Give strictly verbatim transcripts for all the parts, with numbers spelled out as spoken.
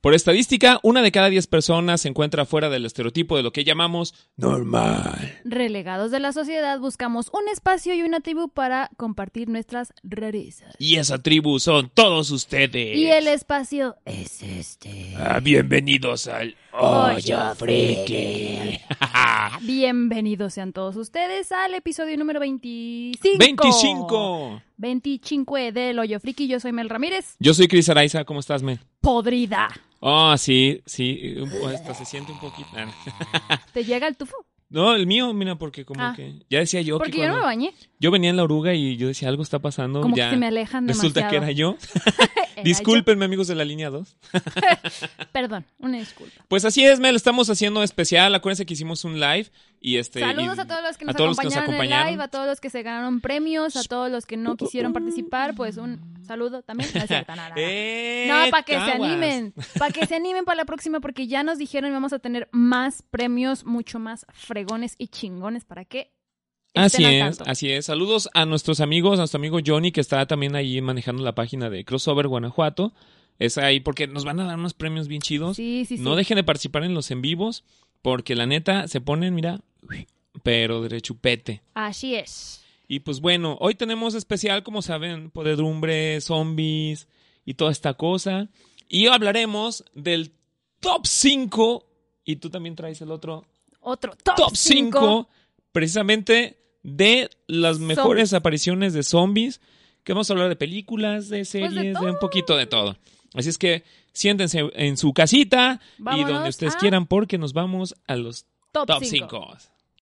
Por estadística, una de cada diez personas se encuentra fuera del estereotipo de lo que llamamos normal. Relegados de la sociedad, buscamos un espacio y una tribu para compartir nuestras rarezas. Y esa tribu son todos ustedes. Y el espacio es este. Ah, bienvenidos al Hoyo Friki. Bienvenidos sean todos ustedes al episodio número veinticinco. veinticinco. veinticinco del Hoyo Friki. Yo soy Mel Ramírez. Yo soy Cris Araiza. ¿Cómo estás, Mel? Podrida. Oh, sí, sí. Hasta se siente un poquito. ¿Te llega el tufo? No, el mío, mira, porque como ah. que... Ya decía yo porque que yo cuando no me bañé. Yo venía en la oruga y yo decía, algo está pasando. Como ya que se me alejan resulta demasiado. que era yo. ¿Era Discúlpenme, amigos de la línea dos. Perdón, una disculpa. Pues así es, Mel, estamos haciendo especial. Acuérdense que hicimos un live. Y este, Saludos y a todos los que nos, todos acompañaron, los que nos acompañaron en el live, a todos los que se ganaron premios, a todos los que no quisieron participar, pues un saludo también. No, es cierto, nada, nada. Eh, No, para que se caguas. animen, para que se animen para la próxima, porque ya nos dijeron y vamos a tener más premios, mucho más fregones y chingones para que Así estén al es, tanto. así es. Saludos a nuestros amigos, a nuestro amigo Johnny, que está también ahí manejando la página de Crossover Guanajuato. Es ahí porque nos van a dar unos premios bien chidos. Sí, sí, sí. No dejen de participar en los en vivos, porque la neta se ponen, mira, pero de rechupete. Así es. Y pues bueno, hoy tenemos especial, como saben, podredumbre, zombies y toda esta cosa. Y hablaremos del top cinco, y tú también traes el otro Otro top, top cinco, precisamente de las Zombies. mejores apariciones de zombies, que vamos a hablar de películas, de series, Pues de de, todo. un poquito de todo. Así es que siéntense en su casita Vámonos y donde ustedes a quieran, porque nos vamos a los Top top cinco. cinco.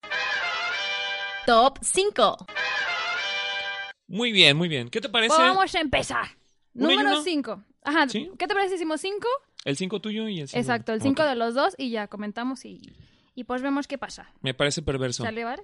Top cinco. Muy bien, muy bien. ¿Qué te parece? Pues vamos a empezar. ¿Uno y Número uno? cinco. Ajá, ¿Sí? ¿qué te parece si hicimos cinco? El cinco tuyo y el cinco. Exacto, el cinco de los dos y ya comentamos y, y pues vemos qué pasa. Me parece perverso. ¿Sale, vale?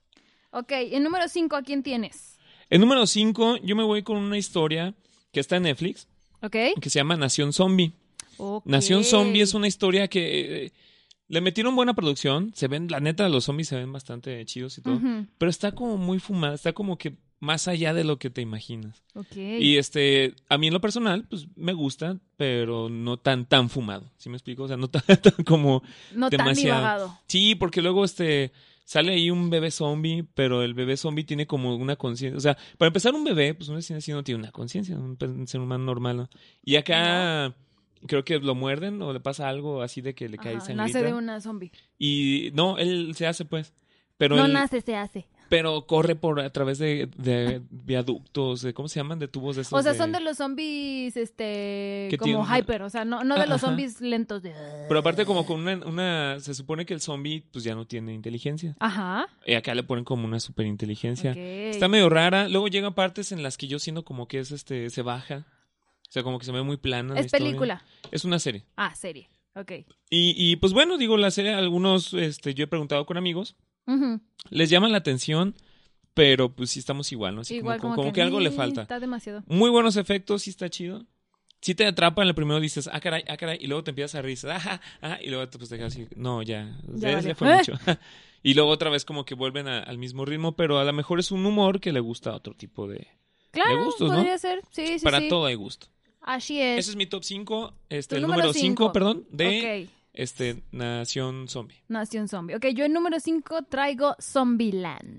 Ok, el número cinco, ¿a quién tienes? El número cinco, yo me voy con una historia que está en Netflix, Ok. que se llama Nación Zombie. Ok. Nación Zombie es una historia que eh, le metieron buena producción. Se ven, la neta, los zombies se ven bastante chidos y todo. Ujú. Pero está como muy fumada, está como que más allá de lo que te imaginas. Ok. Y este, a mí en lo personal, pues me gusta, pero no tan, tan fumado. ¿Sí me explico? O sea, no tan, tan como no tan demasiado. divagado. Sí, porque luego este sale ahí un bebé zombie, pero el bebé zombie tiene como una conciencia. O sea, para empezar, un bebé, pues un recién nacido no tiene una conciencia, un, un ser humano normal, ¿no? Y acá creo que lo muerden o le pasa algo así de que le cae Ajá, sangrita. nace de una zombie. Y no, él se hace pues. Pero No él, nace, se hace. pero corre por a través de, de viaductos, de, ¿cómo se llaman? De tubos de estos. O sea, son de los zombies, este, Que como tienen- hyper, o sea, no, no de Ah, los ajá. zombies lentos de... Pero aparte como con una, una, se supone que el zombie pues ya no tiene inteligencia. Ajá. Y acá le ponen como una superinteligencia. Ok. Está medio rara. Luego llegan partes en las que yo siento como que es este, se baja. O sea, como que se ve muy plana. la Es historia. película. Es una serie. Ah, serie. Ok. Y, y pues bueno, digo, la serie, algunos, este, yo he preguntado con amigos, Ujú. les llama la atención, pero pues sí estamos igual, ¿no? Así Igual como, como, como que, algo le "Ni, falta. Está demasiado. Muy buenos efectos, sí está chido. Sí te atrapa en el primero, dices, ah, caray, ah, caray, y luego te empiezas a reír, dices, ajá, ajá, y luego te, pues, te quedas así, no, ya, Ya ya, valió. ya fue mucho. Y luego otra vez como que vuelven a- al mismo ritmo, pero a lo mejor es un humor que le gusta a otro tipo de... Claro, gustos, ¿no? podría ser. Sí, sí, Para sí. todo hay gusto. Así es. Ese es mi top cinco, este, Tu el número número cinco, cinco. perdón, de Ok. este, Nación Zombie. Nación Zombie. Ok, yo en número cinco traigo Zombieland.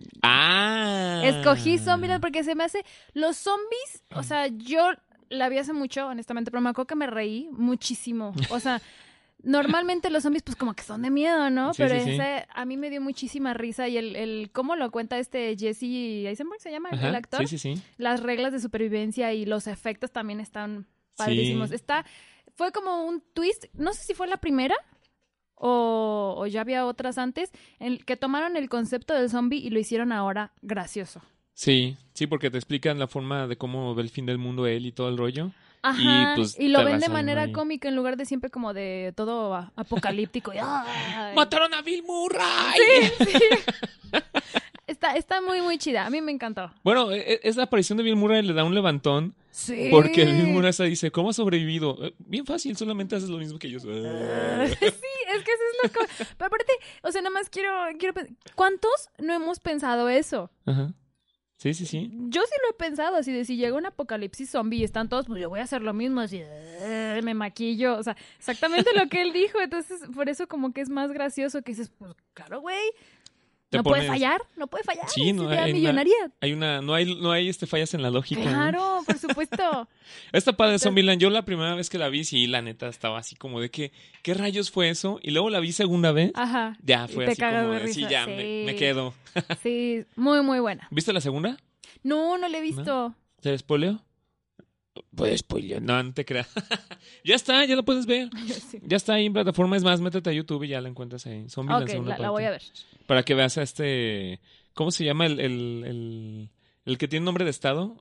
Ah. Escogí Zombieland porque se me hace... Los zombies, o sea, yo la vi hace mucho, honestamente, pero me acuerdo que me reí muchísimo. O sea, normalmente los zombies pues como que son de miedo, ¿no? Sí, pero sí, sí. ese a mí me dio muchísima risa y el, el cómo lo cuenta este Jesse Eisenberg, ¿se llama Ajá, el actor? Sí, sí, sí. Las reglas de supervivencia y los efectos también están padrísimos. Sí. Está, fue como un twist, no sé si fue la primera o, o ya había otras antes, en el que tomaron el concepto del zombie y lo hicieron ahora gracioso. Sí, sí, porque te explican la forma de cómo ve el fin del mundo él y todo el rollo. Ajá, Y, pues, y lo te ven vas de ahí, manera ahí. cómica en lugar de siempre como de todo a- apocalíptico. y, ¡ay! ¡Mataron a Bill Murray! Está, está muy, muy chida. A mí me encantó. Bueno, e- e- esa aparición de Bill Murray le da un levantón. Sí. Porque el Bill Murray se dice, ¿cómo ha sobrevivido? Eh, Bien fácil, solamente haces lo mismo que ellos. Sí, es que eso es lo que... Pero aparte, o sea, nada más quiero, quiero... pe- ¿Cuántos no hemos pensado eso? Ajá. Sí, sí, sí. Yo sí lo he pensado, así de si llega un apocalipsis zombie y están todos, pues yo voy a hacer lo mismo, así de, me maquillo, o sea, exactamente lo que él dijo, entonces por eso como que es más gracioso que dices, pues claro, güey, Te no pones- puede fallar, no puede fallar, Sí, es no idea hay una- millonaria. Hay una, no hay, no hay este fallas en la lógica. ¿no? Claro, por supuesto. Esta padre de Zombieland, yo la primera vez que la vi, sí, la neta, estaba así como de que, ¿qué rayos fue eso? Y luego la vi segunda vez, Ajá. ya Y fue te así cagas como de de, sí, risa, ya, sí. Me, me quedo. Sí, muy, muy buena. ¿Viste la segunda? No, no la he visto. ¿Te la spoileo? Puedes spoilear. No, no te creas. Ya está, ya la puedes ver. Sí. Ya está ahí en plataforma. Es más, métete a YouTube y ya la encuentras ahí. Zombieland, Ok, segunda la, la parte. voy a ver. Para que veas a este... ¿Cómo se llama el, el, el, el que tiene nombre de estado?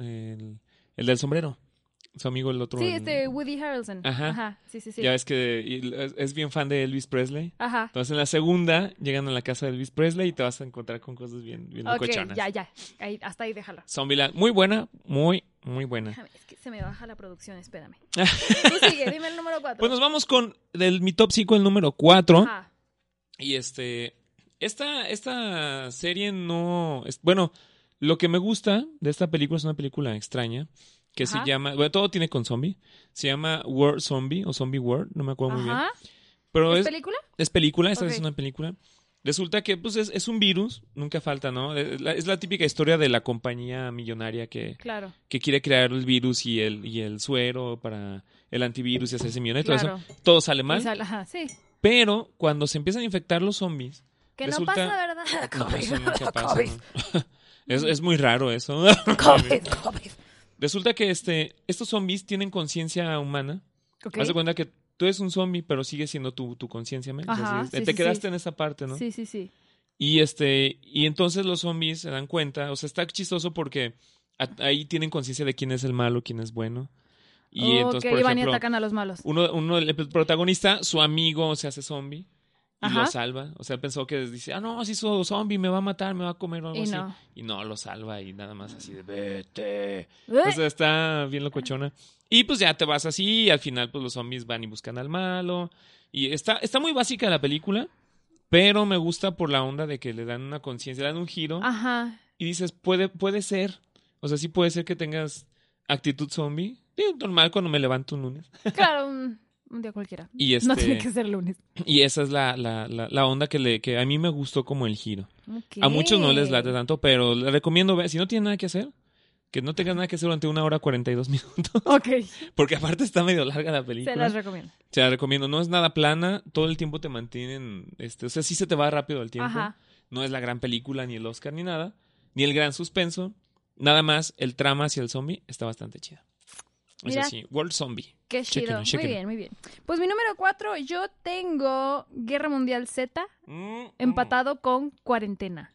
El, el del sombrero. Su amigo el otro. Sí, el- este Woody Harrelson. Ajá. Ajá, sí, sí, sí. Ya ves que y es, es bien fan de Elvis Presley. Ajá. Entonces en la segunda llegan a la casa de Elvis Presley y te vas a encontrar con cosas bien, bien Ok, locochonas. ya, ya. Ahí, hasta ahí déjalo. Zombieland. Muy buena, muy, muy buena. Déjame, es que se me baja la producción, espérame. Tú sigue, dime el número cuatro. Pues nos vamos con del, mi top cinco, el número cuatro. Ajá. Y este, esta, esta serie no, es, bueno, lo que me gusta de esta película es una película extraña que Ajá. se llama, bueno, todo tiene con zombie, se llama World Zombie o Zombie World, no me acuerdo muy bien. Ajá. Pero ¿Es es, película? es película, esta Ok. es una película. Resulta que pues es, es un virus, nunca falta, ¿no? Es la, es la típica historia de la compañía millonaria que, Claro. que quiere crear el virus y el, y el suero para el antivirus y hacerse millonario y todo Claro. eso. Todo sale mal. Y sal- Ajá, sí. Pero cuando se empiezan a infectar los zombies, Que resulta... no pasa, ¿verdad? No, eso nunca pasa, COVID. ¿no? es, es muy raro eso. COVID, COVID. Resulta que este, estos zombies tienen conciencia humana. Ok. Haz de cuenta que tú eres un zombie, pero sigue siendo tu, tu conciencia, ¿me? O sea, Ajá, sí, sí, te sí, quedaste sí. en esa parte, ¿no? Sí, sí, sí. Y este, y entonces los zombies se dan cuenta, o sea, está chistoso porque a- ahí tienen conciencia de quién es el malo, quién es bueno. Y Ok, entonces, por y van y ejemplo, atacan a los malos. uno, uno, el protagonista, su amigo se hace zombie y Ajá. lo salva. O sea, él pensó que dice, ah, no, si soy zombie, me va a matar, me va a comer o algo Y así. no. Y no, lo salva y nada más así de, vete. Ué. O sea, está bien locochona. Y pues ya te vas así y al final pues los zombies van y buscan al malo. Y está, está muy básica la película, pero me gusta por la onda de que le dan una conciencia, le dan un giro Ajá. y dices, puede, puede ser. O sea, sí puede ser que tengas actitud zombie. Digo, normal cuando me levanto un lunes. Claro, un, un día cualquiera. Y este... No tiene que ser lunes. Y esa es la, la, la, la onda que, le, que a mí me gustó como el giro. Ok. A muchos no les late tanto, pero le recomiendo ver, si no tienen nada que hacer, que no tengan nada que hacer durante una hora cuarenta y dos minutos. Ok, Porque aparte está medio larga la película. se las recomiendo. Se la recomiendo. No es nada plana, todo el tiempo te mantienen, este, o sea, sí se te va rápido el tiempo. Ajá. No es la gran película, ni el Oscar, ni nada, ni el gran suspenso. Nada más, el trama hacia el zombie está bastante chida. Es Mira. así, World Zombie. Qué chido. Chéquenlo, Muy chéquenlo. bien, muy bien. Pues mi número cuatro, yo tengo Guerra Mundial Z Mm, empatado con Cuarentena.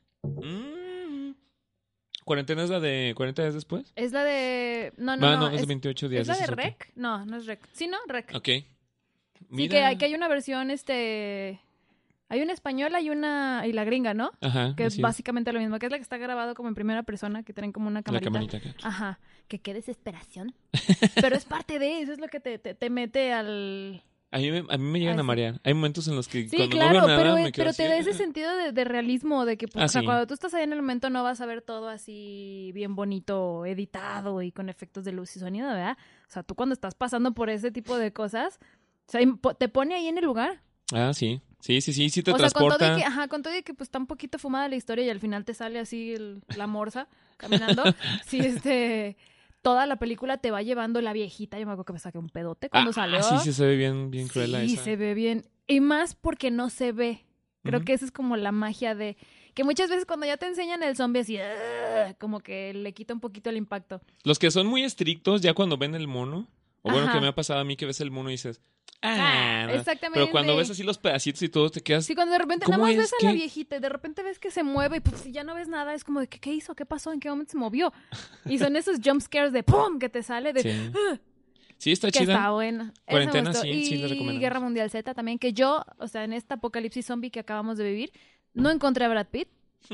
mm. ¿Cuarentena es la de cuarenta días después? Es la de... No, no, Ah, no. no, es de veintiocho días. ¿Es la esa de otra. Rec? No, no es Rec. Sí, ¿no? Rec. Ok. Sí, Mira. que hay, que hay una versión, este... Hay una española y una... Y la gringa, ¿no? Ajá, Que es así básicamente lo mismo. Que es la que está grabado como en primera persona, que tienen como una La camarita. camarita acá. Ajá. Que qué desesperación. Pero es parte de eso, es lo que te, te, te mete al... A mí, me, a mí me llegan Ah, a sí. marear. Hay momentos en los que Sí, cuando claro, no veo nada pero, me eh, quedo pero así, te da "Ah". ese sentido de, de realismo, de que pues, Ah, o sea, sí. cuando tú estás ahí en el momento no vas a ver todo así bien bonito, editado y con efectos de luz y sonido, ¿verdad? O sea, tú cuando estás pasando por ese tipo de cosas, o sea, impo- te pone ahí en el lugar. Ah, sí. Sí, sí, sí, sí te O sea, con transporta. todo y que, ajá, con todo y que pues está un poquito fumada la historia y al final te sale así el- la morsa caminando. Sí, este... Toda la película te va llevando la viejita. Yo me acuerdo que me saqué un pedote cuando ah, salió. sí, sí, se ve bien, bien cruel Sí, esa. se ve bien. Y más porque no se ve. Creo Ujú. que esa es como la magia de... Que muchas veces cuando ya te enseñan el zombie así, ¡ah!, como que le quita un poquito el impacto. Los que son muy estrictos, ya cuando ven el mono, o bueno, Ajá. que me ha pasado a mí que ves el mono y dices, ah, Ah, no". exactamente. Pero cuando ves así los pedacitos y todo, te quedas, Sí, cuando de repente ¿Cómo nada más es? ves a la ¿Qué? viejita y de repente ves que se mueve y pues si ya no ves nada, es como de, ¿qué, qué hizo? ¿Qué pasó? ¿En qué momento se movió? Y son esos jump scares de ¡pum! Que te sale de... sí. ¡ah! Sí, está Que chida. está buena. Esa me Cuarentena, gustó. sí, y sí, la recomendamos. Guerra Mundial Z también, que yo, o sea, en esta apocalipsis zombie que acabamos de vivir, no encontré a Brad Pitt.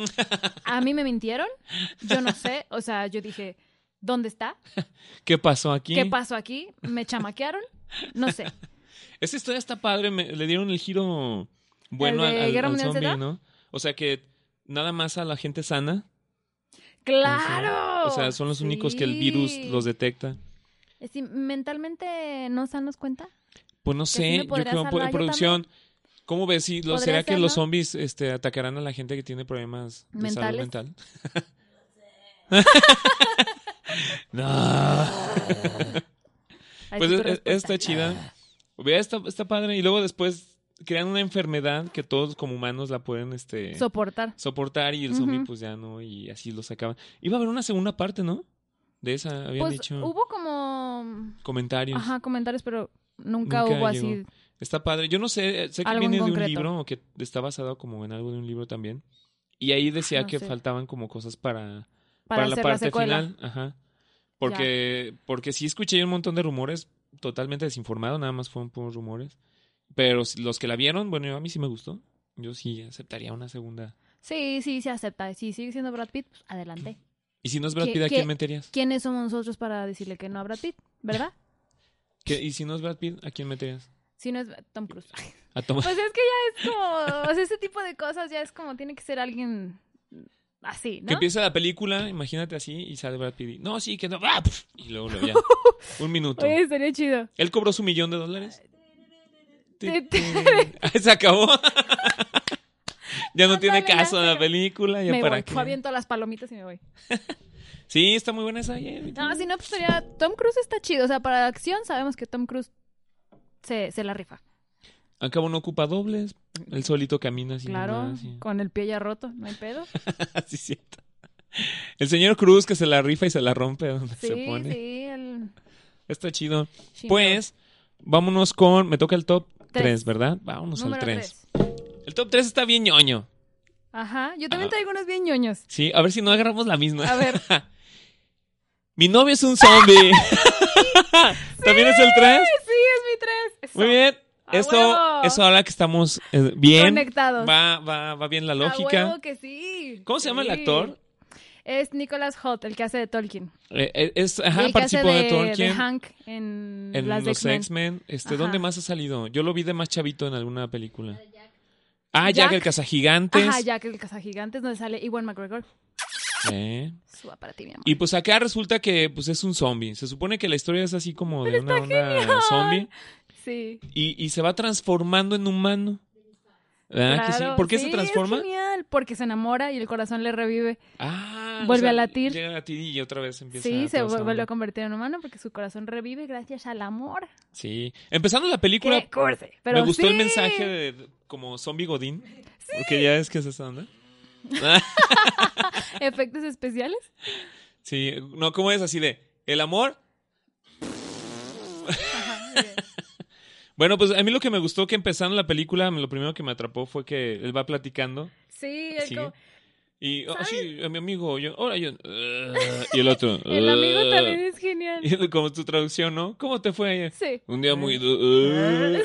A mí me mintieron. Yo no sé. O sea, yo dije, ¿dónde está? ¿Qué pasó aquí? ¿Qué pasó aquí? ¿Me chamaquearon? No sé. Esta historia está padre, me- le dieron el giro bueno ¿El al, de al, Guerra al Mundial zombie, Z? ¿no? O sea que nada más a la gente sana. ¡Claro! O sea, son los únicos que el virus Sí. los detecta. Sí, ¿mentalmente no se nos cuenta? Pues no sí sé, me yo podría creo, salvar, yo producción, ¿cómo ves? Si lo, Podría ¿Será que ser, los ¿no? zombies este, atacarán a la gente que tiene problemas de ¿Mentales? salud mental? No. Ahí Pues está tu es- es- respuesta. está chida. Vea, está, está padre. Y luego después crean una enfermedad que todos como humanos la pueden este, Soportar. soportar y el Ujú. zombie pues ya no, y así lo sacaban. Iba a haber una segunda parte, ¿no? De esa, habían Pues dicho hubo como... comentarios. Ajá, comentarios, pero nunca, Nunca hubo llegó. así... Está padre. Yo no sé, sé que Algo en viene de un concreto. libro o que está basado como en algo de un libro también. Y ahí decía No que sé. faltaban como cosas para, Para, para la hacer la parte secuela. final. Ajá. Porque, porque sí escuché un montón de rumores, totalmente desinformado, nada más fueron puros rumores. Pero si- los que la vieron, bueno, a mí sí me gustó. Yo sí aceptaría una segunda. Sí, sí, se acepta. Si sigue siendo Brad Pitt, pues adelante. Y si no es Brad ¿Qué- Pitt, ¿a qué- quién meterías? ¿Quiénes somos nosotros para decirle que no a Brad Pitt? ¿Verdad? ¿Qué- Y si no es Brad Pitt, ¿a quién meterías? Si no es Tom Cruise. A Tom. Pues es que ya es como... O sea, ese tipo de cosas ya es como... Tiene que ser alguien así, Que ¿no? empieza la película, imagínate así, y sale Brad Pitt. Y, no, sí, que no. ¡Ah! Pf! Y luego, luego ya. Un minuto. Oye, estaría chido. ¿Él cobró su millón de dólares? Ti- ti- Ah, se acabó. Ya no tiene Ándale, ya caso se la acabó. película. ¿Ya Me para voy. qué? Aviento las palomitas y me voy. Sí, está muy buena esa. ya, No, si no, pues sería... Tom Cruise está chido. O sea, para acción sabemos que Tom Cruise se, se la rifa. Al cabo no ocupa dobles. Él solito camina así. Claro, nomás, y- con el pie ya roto. No hay pedo. Así es cierto. El señor Cruz que se la rifa y se la rompe donde Sí, se pone. sí. El... Está chido. Shinro. Pues, vámonos con... Me toca el top Tres. tres, ¿verdad? Vámonos Número al tres. tres. El top tres está bien ñoño. Ajá. Yo también Ah. traigo unos bien ñoños. Sí, a ver si no agarramos la misma. A ver. Mi novio es un zombie. ¿También es el tres? Sí, es mi tres. Eso. Muy bien. ¡A Esto, huevo! eso habla que estamos eh, bien. Conectados. Va, va, va bien la A lógica. huevo que sí. ¿Cómo se llama el Sí. actor? Es Nicholas Hoult, el que hace de Tolkien. Eh, eh, es, Y ajá, el que hace participó de, de, Tolkien de Hank en, en las los X-Men. X-Men. Este, Ajá. ¿dónde más ha salido? Yo lo vi de más chavito en alguna película. Ah, Jack, Jack. el cazagigantes. Ajá, Jack el cazagigantes, donde sale Ewan McGregor. Eh. Suba para ti, mi amor. Y pues acá resulta que pues es un zombie. Se supone que la historia es así como de una onda zombie. Sí. Y, y se va transformando en humano. ¿Verdad que sí? Claro, ¿Por qué sí, se transforma? Es genial, porque se enamora y el corazón le revive. Ah, Vuelve a latir. Llega a latir y otra vez empieza Sí, se toda esa vuelve onda. a convertir en humano porque su corazón revive gracias al amor. Sí. Empezando la película, ¡Qué cursi! Pero me gustó el sí. mensaje de, de- como zombie godín. Porque ya es que es esa onda. Efectos especiales. Sí, no, ¿cómo es así de el amor? Ajá, muy bien. Bueno, pues a mí lo que me gustó que empezando la película, lo primero que me atrapó fue que él va platicando. Sí, el, Sigue. co- Y, oh, ¿Sabes? sí, a mi amigo, yo, ahora yo. "Uh", y el otro. el amigo "Uh". también es genial. Y como tu traducción, ¿no? ¿Cómo te fue ayer? Sí. Un día muy. "Uh".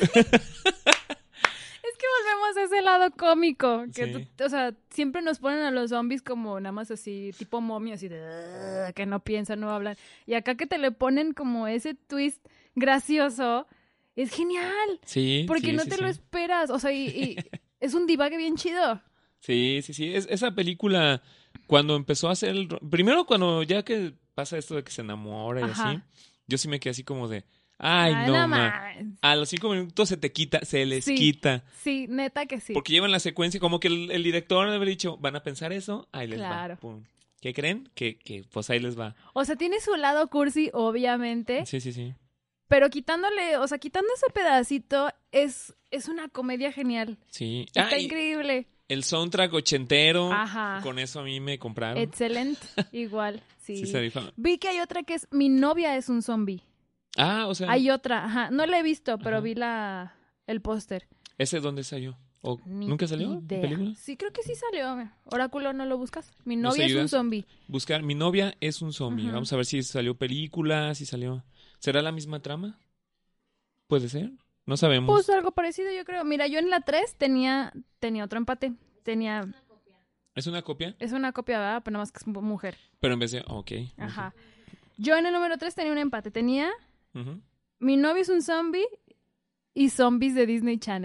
Es que volvemos a ese lado cómico. Que Sí. tú- o sea, siempre nos ponen a los zombies como nada más así, tipo momia, así de "Ugh", que no piensan, no hablan. Y acá que te le ponen como ese twist gracioso, es genial. Sí. Porque sí, no sí, te sí. lo esperas. O sea, y, y es un divague bien chido. Sí, sí, sí. Es, esa película, cuando empezó a hacer el... ro- Primero, cuando ya que pasa esto de que se enamora y Ajá. así, yo sí me quedé así como de. Ay, Ay, no, no ma. mames. A los cinco minutos se te quita, se les Sí. quita. Sí, neta que sí. Porque llevan la secuencia, como que el, el director debe haber dicho, van a pensar eso, ahí les Claro. va. Pum. ¿Qué creen? Que, que pues ahí les va. O sea, tiene su lado cursi, obviamente. Sí, sí, sí. Pero quitándole, o sea, quitando ese pedacito, es, es una comedia genial. Sí. Está Ah, y increíble. el soundtrack ochentero, Ajá. con eso a mí me compraron. Excelente. Igual, sí. Sí, se rifa. Vi que hay otra que es Mi novia es un zombie. Ah, o sea, Hay otra, ajá. No la he visto, pero Ajá. vi la el póster. ¿ese dónde salió? ¿O Ni ¿Nunca salió en idea. película? Sí, creo que sí salió. Oráculo, ¿no lo buscas? Mi ¿Nos novia es un ayudas? zombie. Buscar, mi novia es un zombie. Ujú. Vamos a ver si salió película, si salió... ¿Será la misma trama? ¿Puede ser? No sabemos. Pues algo parecido, yo creo. Mira, yo en la tres tenía, tenía otro empate. Tenía... ¿Es una copia? Es una copia, ¿verdad? Pero nada más que es mujer. Pero en vez de... Ok. Ajá. Yo en el número tres tenía un empate. Tenía Ujú. Mi novio es un zombie y zombies de Disney Channel.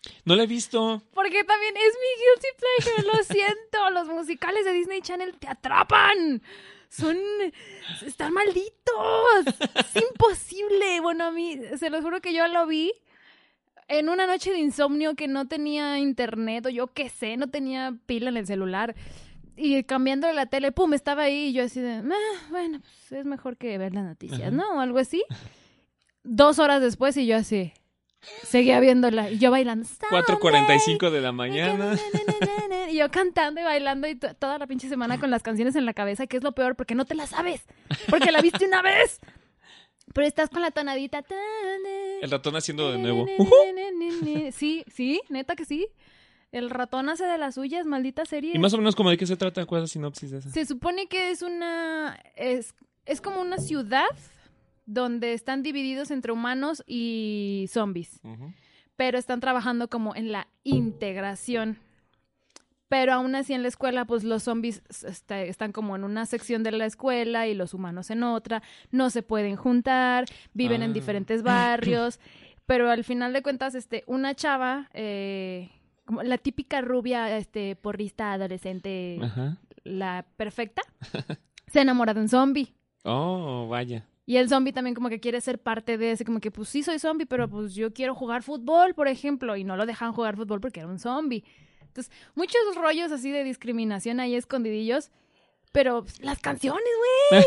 No la he visto. Porque también es mi guilty pleasure, lo siento. Los musicales de Disney Channel te atrapan. Son... Están malditos. Es imposible. Bueno, a mí, se los juro que yo lo vi en una noche de insomnio que no tenía internet o yo qué sé, no tenía pila en el celular. Y cambiando la tele, pum, estaba ahí y yo así de... Ah, bueno, pues es mejor que ver las noticias, Ajá. ¿no? O algo así. Dos horas después y yo así... Seguía viéndola y yo bailando. cuatro cuarenta y cinco de la mañana. Y yo cantando y bailando y t- toda la pinche semana con las canciones en la cabeza, que es lo peor porque no te la sabes. Porque la viste una vez. Pero estás con la tonadita. El ratón haciendo de nuevo. Sí, sí, neta que sí. El ratón hace de las suyas, maldita serie. Y más o menos como de qué se trata, ¿cuál es la sinopsis de esa? Se supone que es una... Es, es como una ciudad... donde están divididos entre humanos y zombies. Uh-huh. Pero están trabajando como en la integración. Pero aún así en la escuela, pues los zombies está, están como en una sección de la escuela y los humanos en otra. No se pueden juntar, viven ah. en diferentes barrios. Pero al final de cuentas, este, una chava, eh, como la típica rubia este, porrista adolescente, uh-huh. la perfecta, se enamora de un zombie. Oh, vaya. Y el zombie también como que quiere ser parte de ese, como que pues sí soy zombie, pero pues yo quiero jugar fútbol, por ejemplo, y no lo dejan jugar fútbol porque era un zombie. Entonces, muchos rollos así de discriminación ahí escondidillos, pero pues, las canciones, güey.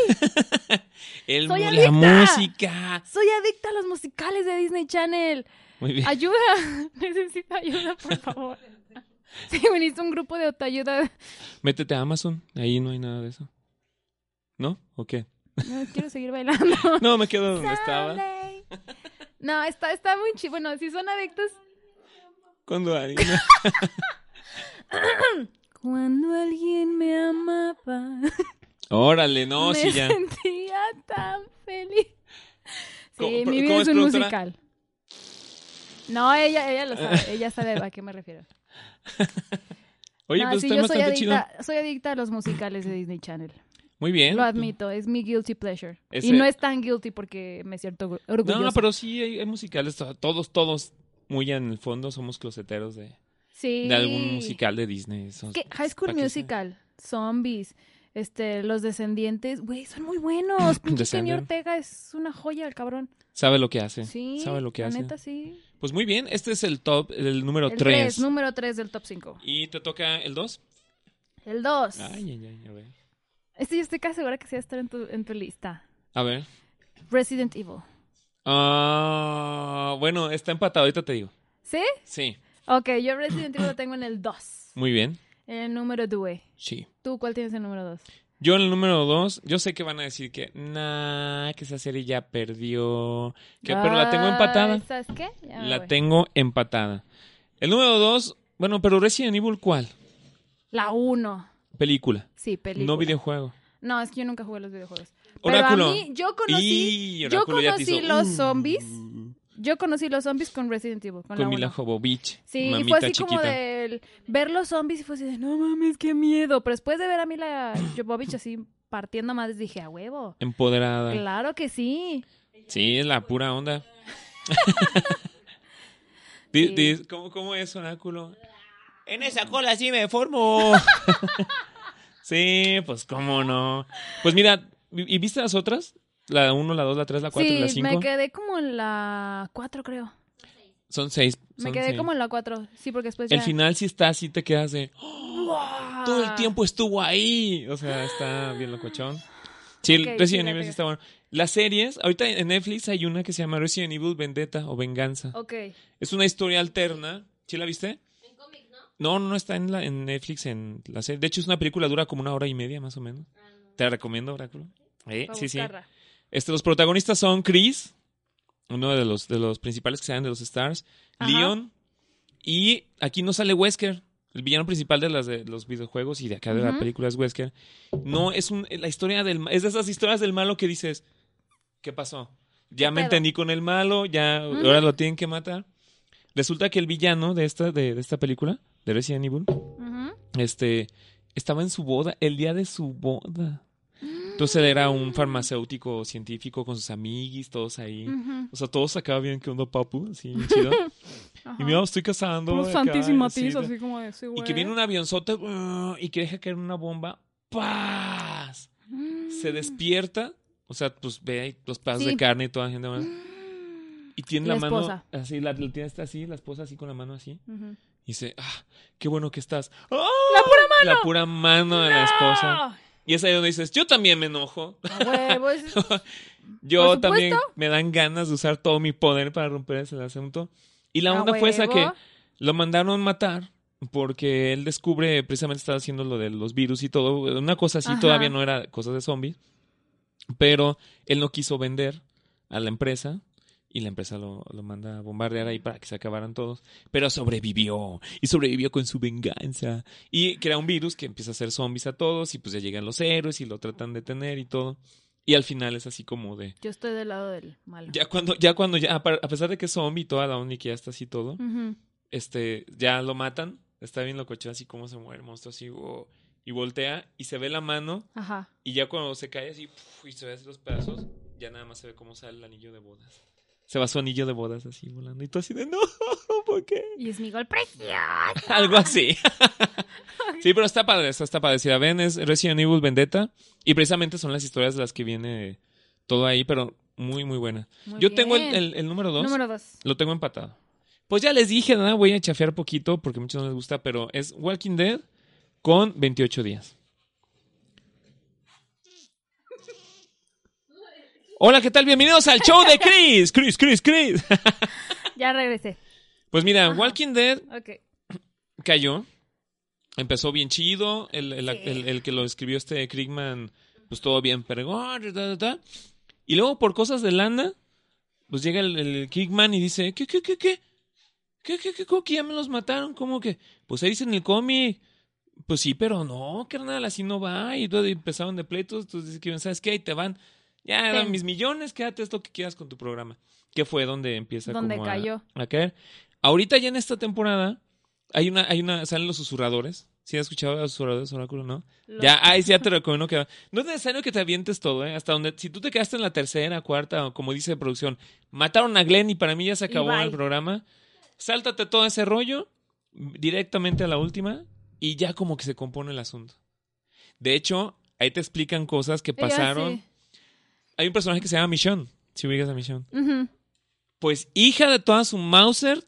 El soy adicta. La música. Soy adicta a los musicales de Disney Channel. Muy bien. Ayuda, necesito ayuda, por favor. Sí, me necesito un grupo de autoayuda. Métete a Amazon, ahí no hay nada de eso. ¿No? ¿O qué? No, quiero seguir bailando. No, me quedo donde estaba. No, está, está muy chido. Bueno, si son adictos... Cuando alguien... Cuando alguien me amaba... Órale, no, sí ya. Me sentía tan feliz. Sí, ¿Cómo, mi vida ¿cómo es, es un productora? musical. No, ella, ella lo sabe. Ella sabe a qué me refiero. Oye, no, pues sí, está yo bastante soy chido. adicta, soy adicta a los musicales de Disney Channel. Muy bien. Lo admito, es mi guilty pleasure. Ese... Y no es tan guilty porque me siento orgullosa. No, pero sí hay, hay musicales, todos, todos, muy en el fondo somos closeteros de, sí. de algún musical de Disney. Esos, ¿Qué? High School Musical, Zombies, este, Los Descendientes, güey, son muy buenos. Pinche Kenny Ortega es una joya, el cabrón. Sabe lo que hace. Sí, sabe lo que la hace. neta sí. Pues muy bien, este es el top, el número el tres. tres. Número tres del top cinco. ¿Y te toca el dos? El dos. Ay, ay, ay, a ver. Este yo estoy casi segura que sí va a estar en tu, en tu lista. A ver. Resident Evil. Ah, uh, bueno, está empatado, ahorita te digo. ¿Sí? Sí. Ok, yo Resident Evil lo tengo en el dos. Muy bien. En el número dos. Sí. ¿Tú cuál tienes en el número dos? Yo en el número dos, yo sé que van a decir que, nah, que esa serie ya perdió. Que, ah, pero la tengo empatada. ¿Sabes qué? Ya la voy. tengo empatada. El número dos, bueno, pero Resident Evil, ¿cuál? La uno. Película. Sí, película. No videojuego. No, es que yo nunca jugué los videojuegos. Oráculo. Pero a mí, yo conocí, y yo conocí hizo, los uh, zombies. Yo conocí los zombies con Resident Evil. Con, con la Mila uno. Jovovich. Sí, mamita y fue así chiquita. como de ver los zombies y fue así de, no mames, qué miedo. Pero después de ver a Mila Jovovich así partiendo más, dije, a huevo. Empoderada. Claro que sí. Sí, es la pura onda. sí. di, di, ¿cómo, ¿Cómo es, Oráculo? En esa cola sí me formo. Sí, pues cómo no. Pues mira, ¿y viste las otras? La uno, la dos, la tres, la cuatro sí, y la cinco. Sí, me quedé como en la cuatro, creo. Son seis. Son me quedé seis. como en la cuatro. Sí, porque después ya... El final sí está así, te quedas de... ¡Oh! ¡Wow! Todo el tiempo estuvo ahí. O sea, está bien locochón. Sí, okay, el Resident sí, Evil sí está bueno. Las series, ahorita en Netflix hay una que se llama Resident Evil Vendetta o Venganza. Ok. Es una historia alterna. ¿Sí la viste? No, no, no está en, la, en Netflix en la serie. De hecho, es una película, dura como una hora y media más o menos. Ah, no. Te la recomiendo, Oráculo. Eh, sí, buscarla. sí. Este, los protagonistas son Chris, uno de los, de los principales que salen de los Stars, Ajá. Leon, y aquí no sale Wesker, el villano principal de, las, de los videojuegos y de acá de uh-huh. la película es Wesker. No, es un, la historia del, es de esas historias del malo que dices, ¿qué pasó? Ya ¿Qué me pedo? entendí con el malo, ya uh-huh. ahora lo tienen que matar. Resulta que el villano de esta, de, de esta película, de Resident Evil, uh-huh. este, estaba en su boda, el día de su boda. Entonces él era un farmacéutico científico con sus amiguis, todos ahí. Ujú. O sea, todos acá bien que onda papu, así, bien chido. Ajá. Y mira, estoy cazando. Unos acá, santísimas así, así como de ese, y güey. que viene un avionzote uh, y que deja caer una bomba. ¡Paz! Mm. Se despierta. O sea, pues ve ahí los pedazos Sí. de carne y toda la gente. ¿verdad? Y tiene La la, mano esposa. así, la, la tiene esta así, la esposa así con la mano así. Ujú. Y dice, ah, qué bueno que estás. ¡Ah! ¡La pura mano! La pura mano de la esposa. ¡No! Y es ahí donde dices, yo también me enojo. A huevo, es- Yo Por también supuesto. me dan ganas de usar todo mi poder para romper ese asunto. Y la A onda fue esa huevo. que lo mandaron matar porque él descubre, precisamente estaba haciendo lo de los virus y todo. Una cosa así, Ajá. todavía no era cosas de zombies. Pero él no quiso vender a la empresa. Y la empresa lo, lo manda a bombardear ahí para que se acabaran todos. Pero sobrevivió. Y sobrevivió con su venganza. Y crea un virus que empieza a hacer zombies a todos. Y pues ya llegan los héroes y lo tratan de detener y todo. Y al final es así como de... Yo estoy del lado del malo. Ya cuando, ya cuando, ya, a pa- a pesar de que es zombie y toda la onda y que ya está así todo, Ujú. este, ya lo matan. Está bien locochón así como se muere el monstruo así. oh, y voltea y se ve la mano. Ajá. Y ya cuando se cae así puf, y se ve así los pedazos, ya nada más se ve cómo sale el anillo de bodas. Se va su anillo de bodas así volando. Y tú así de, no, ¿por qué? Y es mi gol precioso. Algo así. Sí, pero está padre, está, está padre. Si la ven, es Resident Evil Vendetta. Y precisamente son las historias de las que viene todo ahí, pero muy, muy buena. Muy Yo tengo el, bien. el, el número dos. Número dos. Lo tengo empatado. Pues ya les dije, ¿no? Voy a chafear poquito porque a muchos no les gusta, pero es Walking Dead con veintiocho días. Hola, ¿qué tal? Bienvenidos al show de Chris. Chris, Chris, Chris. Ya regresé. Pues mira, Ajá. Walking Dead Ok. cayó. Empezó bien chido. El, el, Sí. el, el que lo escribió este Krigman, pues todo bien pregón. Ta, ta, ta. Y luego por cosas de lana, pues llega el, el Krigman y dice, ¿qué, qué, qué, qué? ¿Qué, qué, qué? ¿Cómo que ya me los mataron? ¿Cómo que? Pues ahí dice en el cómic. Pues sí, pero no, carnal, así no va. Y todo, y empezaron de pleitos. Entonces, que, ¿sabes qué? Ahí te van. Ya, Ten. dan mis millones, quédate esto que quieras con tu programa. Que fue donde empieza Donde como a- cayó. A, caer. Ahorita ya en esta temporada hay una, hay una, salen los susurradores. ¿Sí has escuchado a los susurradores, Oráculo? ¿No? Lo- Ya, ahí sí ya te recomiendo que... No es necesario que te avientes todo, ¿eh? Hasta donde... Si tú te quedaste en la tercera, cuarta, o como dice producción, mataron a Glenn y para mí ya se Y acabó bye. el programa. Sáltate todo ese rollo directamente a la última y ya como que se compone el asunto. De hecho, ahí te explican cosas que Ya pasaron. sé. Hay un personaje que se llama Michonne, si ubicas a Michonne. Ujú. Pues hija de toda su Mauser,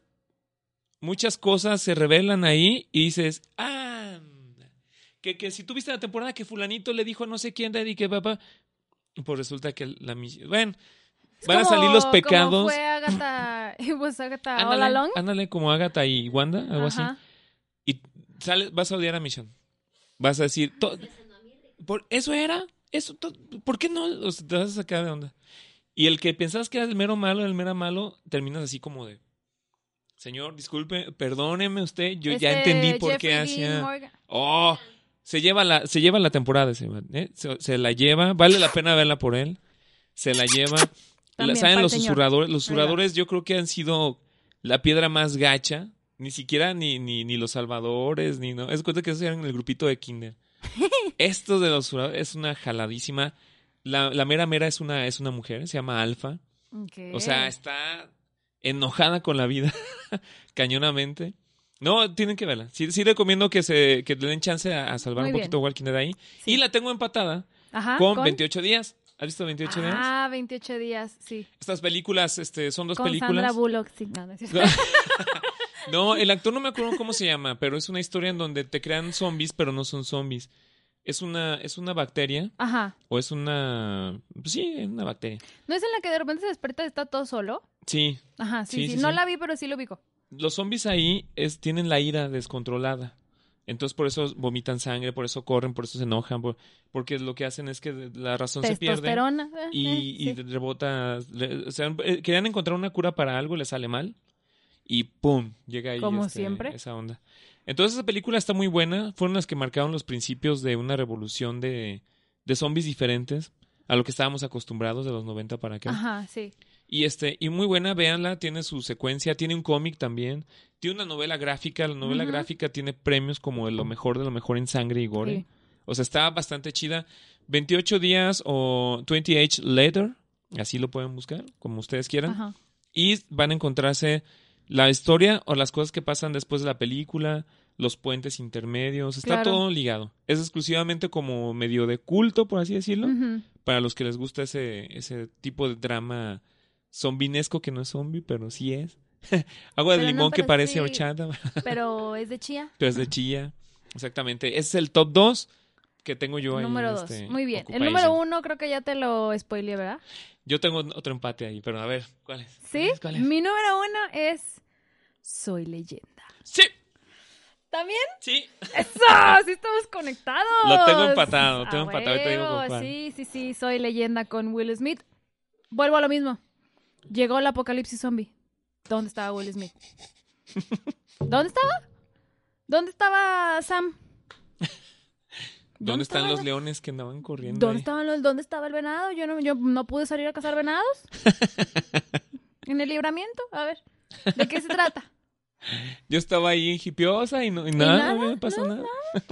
muchas cosas se revelan ahí y dices, ah, que, que si tú viste la temporada que fulanito le dijo a no sé quién, y que papá, pues resulta que la Michonne... Bueno, Es van a como- salir los como pecados. fue Agatha. Pues Agatha All Ándale, Along. ándale como Agatha y Wanda, algo así. Ajá. Y sales, vas a odiar a Michonne. Vas a decir, to- por eso era, eso, to- ¿por qué no? O sea, te vas a sacar de onda. Y el que pensabas que era el mero malo, el mero malo, terminas así como de, señor, disculpe, perdóneme usted, yo ya Este, entendí por qué Jeffrey Dean hacía. Morgan. Oh, se lleva la, se lleva la temporada ese, ¿eh? se, se la lleva, vale la pena verla por él. Se la lleva. La- También, ¿Saben pa'l los señor. susurradores? Los Ahí va. susurradores yo creo que han sido la piedra más gacha. Ni siquiera ni, ni, ni los salvadores, ni no. Es cuenta que esos eran el grupito de Kinder. Estos de los susurradores es una jaladísima. La, la mera mera es una, es una mujer, se llama Alfa. Ok. O sea, está enojada con la vida, cañonamente. No, tienen que verla. Sí, sí recomiendo que se que le den chance a, a salvar Muy un poquito bien. Walking Dead ahí. Sí. Y la tengo empatada Ajá, con, veintiocho días. ¿Has visto veintiocho días? Ah, veintiocho días, sí. Estas películas, este, son dos Con películas. Sandra Bullock, sí. No, no es cierto. No, el actor no me acuerdo cómo se llama, pero es una historia en donde te crean zombies, pero no son zombies. Es una, es una bacteria, Ajá. o es una... Pues sí, es una bacteria. ¿No es en la que de repente se despierta y está todo solo? Sí, Ajá, sí, Sí, sí. sí, No sí. la vi, pero sí lo ubico. los zombies ahí es, tienen la ira descontrolada. Entonces por eso vomitan sangre, por eso corren, por eso se enojan, por- porque lo que hacen es que la razón se pierde Testosterona. eh, y, eh, y sí. rebota. le- o sea, eh, querían encontrar una cura para algo, le sale mal y ¡pum! Llega ahí Como este, siempre. esa onda. Entonces esa película está muy buena. Fueron las que marcaron los principios de una revolución de, de zombies diferentes a lo que estábamos acostumbrados de los noventa para acá. Ajá, sí. Y este, y muy buena, véanla, tiene su secuencia, tiene un cómic también, tiene una novela gráfica, la novela Ujú. gráfica tiene premios como de lo mejor de lo mejor en sangre y gore. Sí. O sea, está bastante chida. veintiocho días o veintiocho Later, así lo pueden buscar, como ustedes quieran. Ajá. Y van a encontrarse la historia o las cosas que pasan después de la película, los puentes intermedios, está Claro. todo ligado. Es exclusivamente como medio de culto, por así decirlo, Ujú. para los que les gusta ese, ese tipo de drama zombinesco que no es zombie, pero sí es. Agua de Pero no, limón que pero parece sí. horchata, Pero es de chía. pero es de chía. Exactamente. Ese es el top dos que tengo yo ahí. Número en dos. este Muy bien. El Occupation. número uno creo que ya te lo spoileé, ¿verdad? Yo tengo otro empate ahí, pero a ver, ¿cuál es? ¿Sí? ¿Cuál es? ¿Cuál es? Mi número uno es Soy Leyenda. Sí, ¿También? sí. ¡Eso! ¡Sí estamos conectados! Lo tengo empatado, lo ¡A tengo empatado, ahorita digo con huevo! cuál. Sí, sí, sí, Soy Leyenda con Will Smith. Vuelvo a lo mismo. Llegó el apocalipsis zombie. ¿Dónde estaba Will Smith? ¿Dónde estaba? ¿Dónde estaba Sam? ¿Dónde están estaba los la- leones que andaban corriendo ¿Dónde, ahí? estaban los, ¿Dónde estaba el venado? Yo no, yo no pude salir a cazar venados. ¿En el libramiento? A ver, ¿de qué se trata? Yo estaba ahí en hipiosa y, no, y nada, nada? no me pasó nada.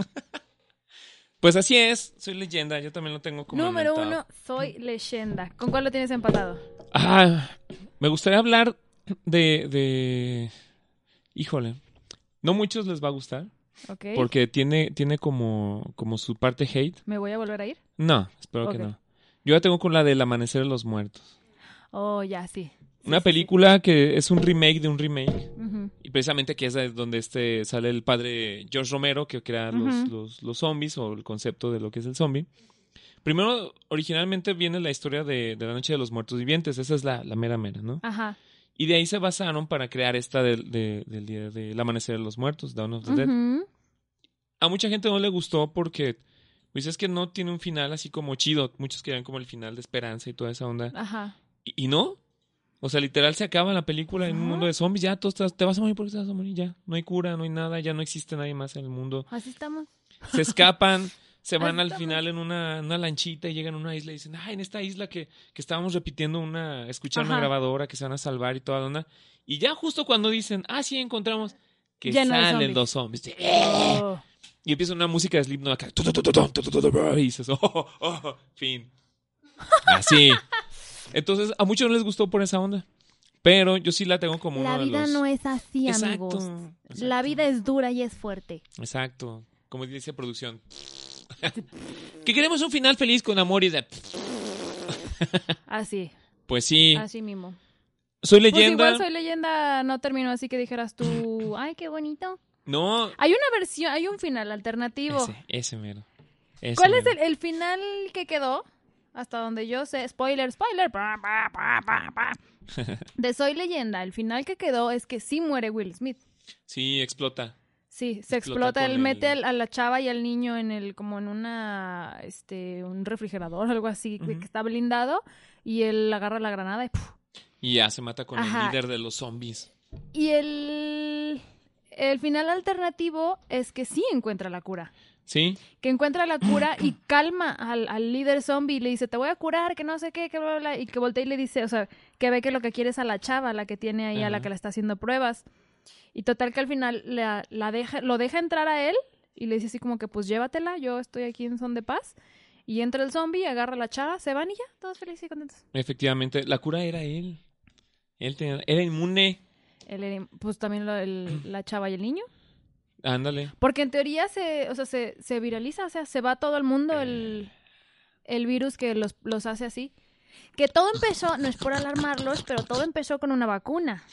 Pues así es, soy leyenda, yo también lo tengo como Número en el top. uno, Soy Leyenda. ¿Con cuál lo tienes empatado? Ah, me gustaría hablar de, de... Híjole, no muchos les va a gustar, Ok. porque tiene, tiene como, como su parte hate. ¿Me voy a volver a ir? No, espero Ok. que no. Yo la tengo con la del Amanecer de los Muertos. Oh, ya, sí. Sí, Una sí, película que es un remake de un remake. sí. Ujú. Y precisamente que es de donde este sale el padre George Romero, que crea los, Ujú. los, los zombies o el concepto de lo que es el zombie. Primero, originalmente viene la historia de, de la Noche de los Muertos Vivientes. Esa es la, la mera mera, ¿no? Ajá. Y de ahí se basaron para crear esta del de, del día del Amanecer de los Muertos, Dawn of the Dead. Ujú. A mucha gente no le gustó porque pues es que no tiene un final así como chido. Muchos querían como el final de esperanza y toda esa onda. Ajá. Y, y no. O sea, literal se acaba la película en un Ajá. mundo de zombies. Ya, tú estás, te vas a morir porque te vas a morir. Ya, no hay cura, no hay nada. Ya no existe nadie más en el mundo. Así estamos. Se escapan, se van Así al estamos. final en una, una lanchita y llegan a una isla y dicen, ay, en esta isla que, que estábamos repitiendo una, escuchar una Ajá. grabadora que se van a salvar y toda la onda. Y ya justo cuando dicen, ah, sí, encontramos que Ya no hay salen zombies. dos zombies. Oh. Y empieza una música de Slipknot acá. Tu, tu, tu, tu, tu, tu, tu, tu, tu, Y dices, oh, oh, oh, fin. Así. Entonces, a muchos no les gustó por esa onda. Pero yo sí la tengo como La uno de vida los... no es así, Exacto, amigos. exacto. La vida es dura y es fuerte. Exacto. Como dice producción. Que queremos un final feliz con amor y de... Así, Pues sí. así mismo. Soy Pues leyenda. igual Soy Leyenda no terminó así que dijeras tú, ay, qué bonito. No. Hay una versión, hay un final alternativo. Ese, ese mero. Ese ¿Cuál es mero. el, el final que quedó? Hasta donde yo sé, spoiler, spoiler, pa, pa, pa, pa, pa. De Soy Leyenda, el final que quedó es que sí muere Will Smith. Sí, explota. Sí, se Explota explota, con él el- mete al- a la chava y al niño en el, como en una, este, un refrigerador, algo así, de Ujú. que está blindado, y él agarra la granada y ¡puf! Y ya se mata con Ajá. el líder de los zombies. Y el, el final alternativo es que sí encuentra la cura. ¿Sí? Que encuentra la cura y calma al, al líder zombie y le dice, te voy a curar, que no sé qué, que bla, bla, bla. Y que voltea y le dice, o sea, que ve que lo que quiere es a la chava, a la que tiene ahí, a la Ajá. que le está haciendo pruebas. Y total que al final la, la deja, lo deja entrar a él y le dice así como que, pues llévatela, yo estoy aquí en son de paz. Y entra el zombie, agarra a la chava, se van y ya, todos felices y contentos. Efectivamente. La cura era él. Él tenía- era inmune. Él era- pues también lo- el- la chava y el niño. Ándale. Porque en teoría se, o sea, se, se viraliza, o sea, se va a todo el mundo el, el virus que los, los hace así. Que todo empezó, no es por alarmarlos, pero todo empezó con una vacuna.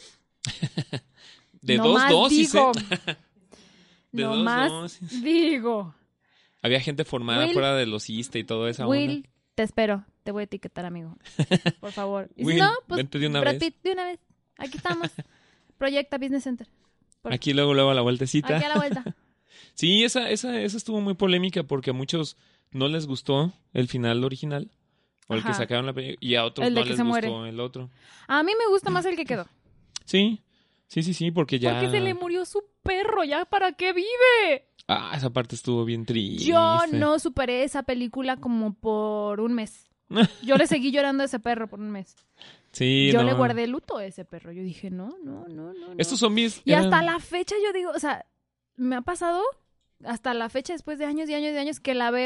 De No dos más dosis, digo, ¿eh? De no dos más dosis. digo. Había gente formada Will- fuera de los I S S S T E y toda esa Will, onda. te espero, te voy a etiquetar, amigo. Por favor. Y si Will, no, pues vente de una Brad vez. Pitt, de una vez. Aquí estamos. Proyecta Business Center. Por- Aquí luego, luego a la vueltecita. Aquí a la vuelta. Sí, esa, esa, esa estuvo muy polémica porque a muchos no les gustó el final original. O el que Ajá. sacaron la película. Y a otros El de no que les se gustó muere. el otro. A mí me gusta más el que quedó. Sí, sí, sí, sí, porque ya... Porque se le murió su perro, ¿ya para qué vive? Ah, esa parte estuvo bien triste. Yo no superé esa película como por un mes. Yo le seguí llorando a ese perro por un mes. Sí, Yo no. le guardé luto a ese perro. Yo dije, no, no, no, no. no. Estos zombies Y eran- hasta la fecha yo digo, o sea, me ha pasado hasta la fecha después de años y años y años que la veo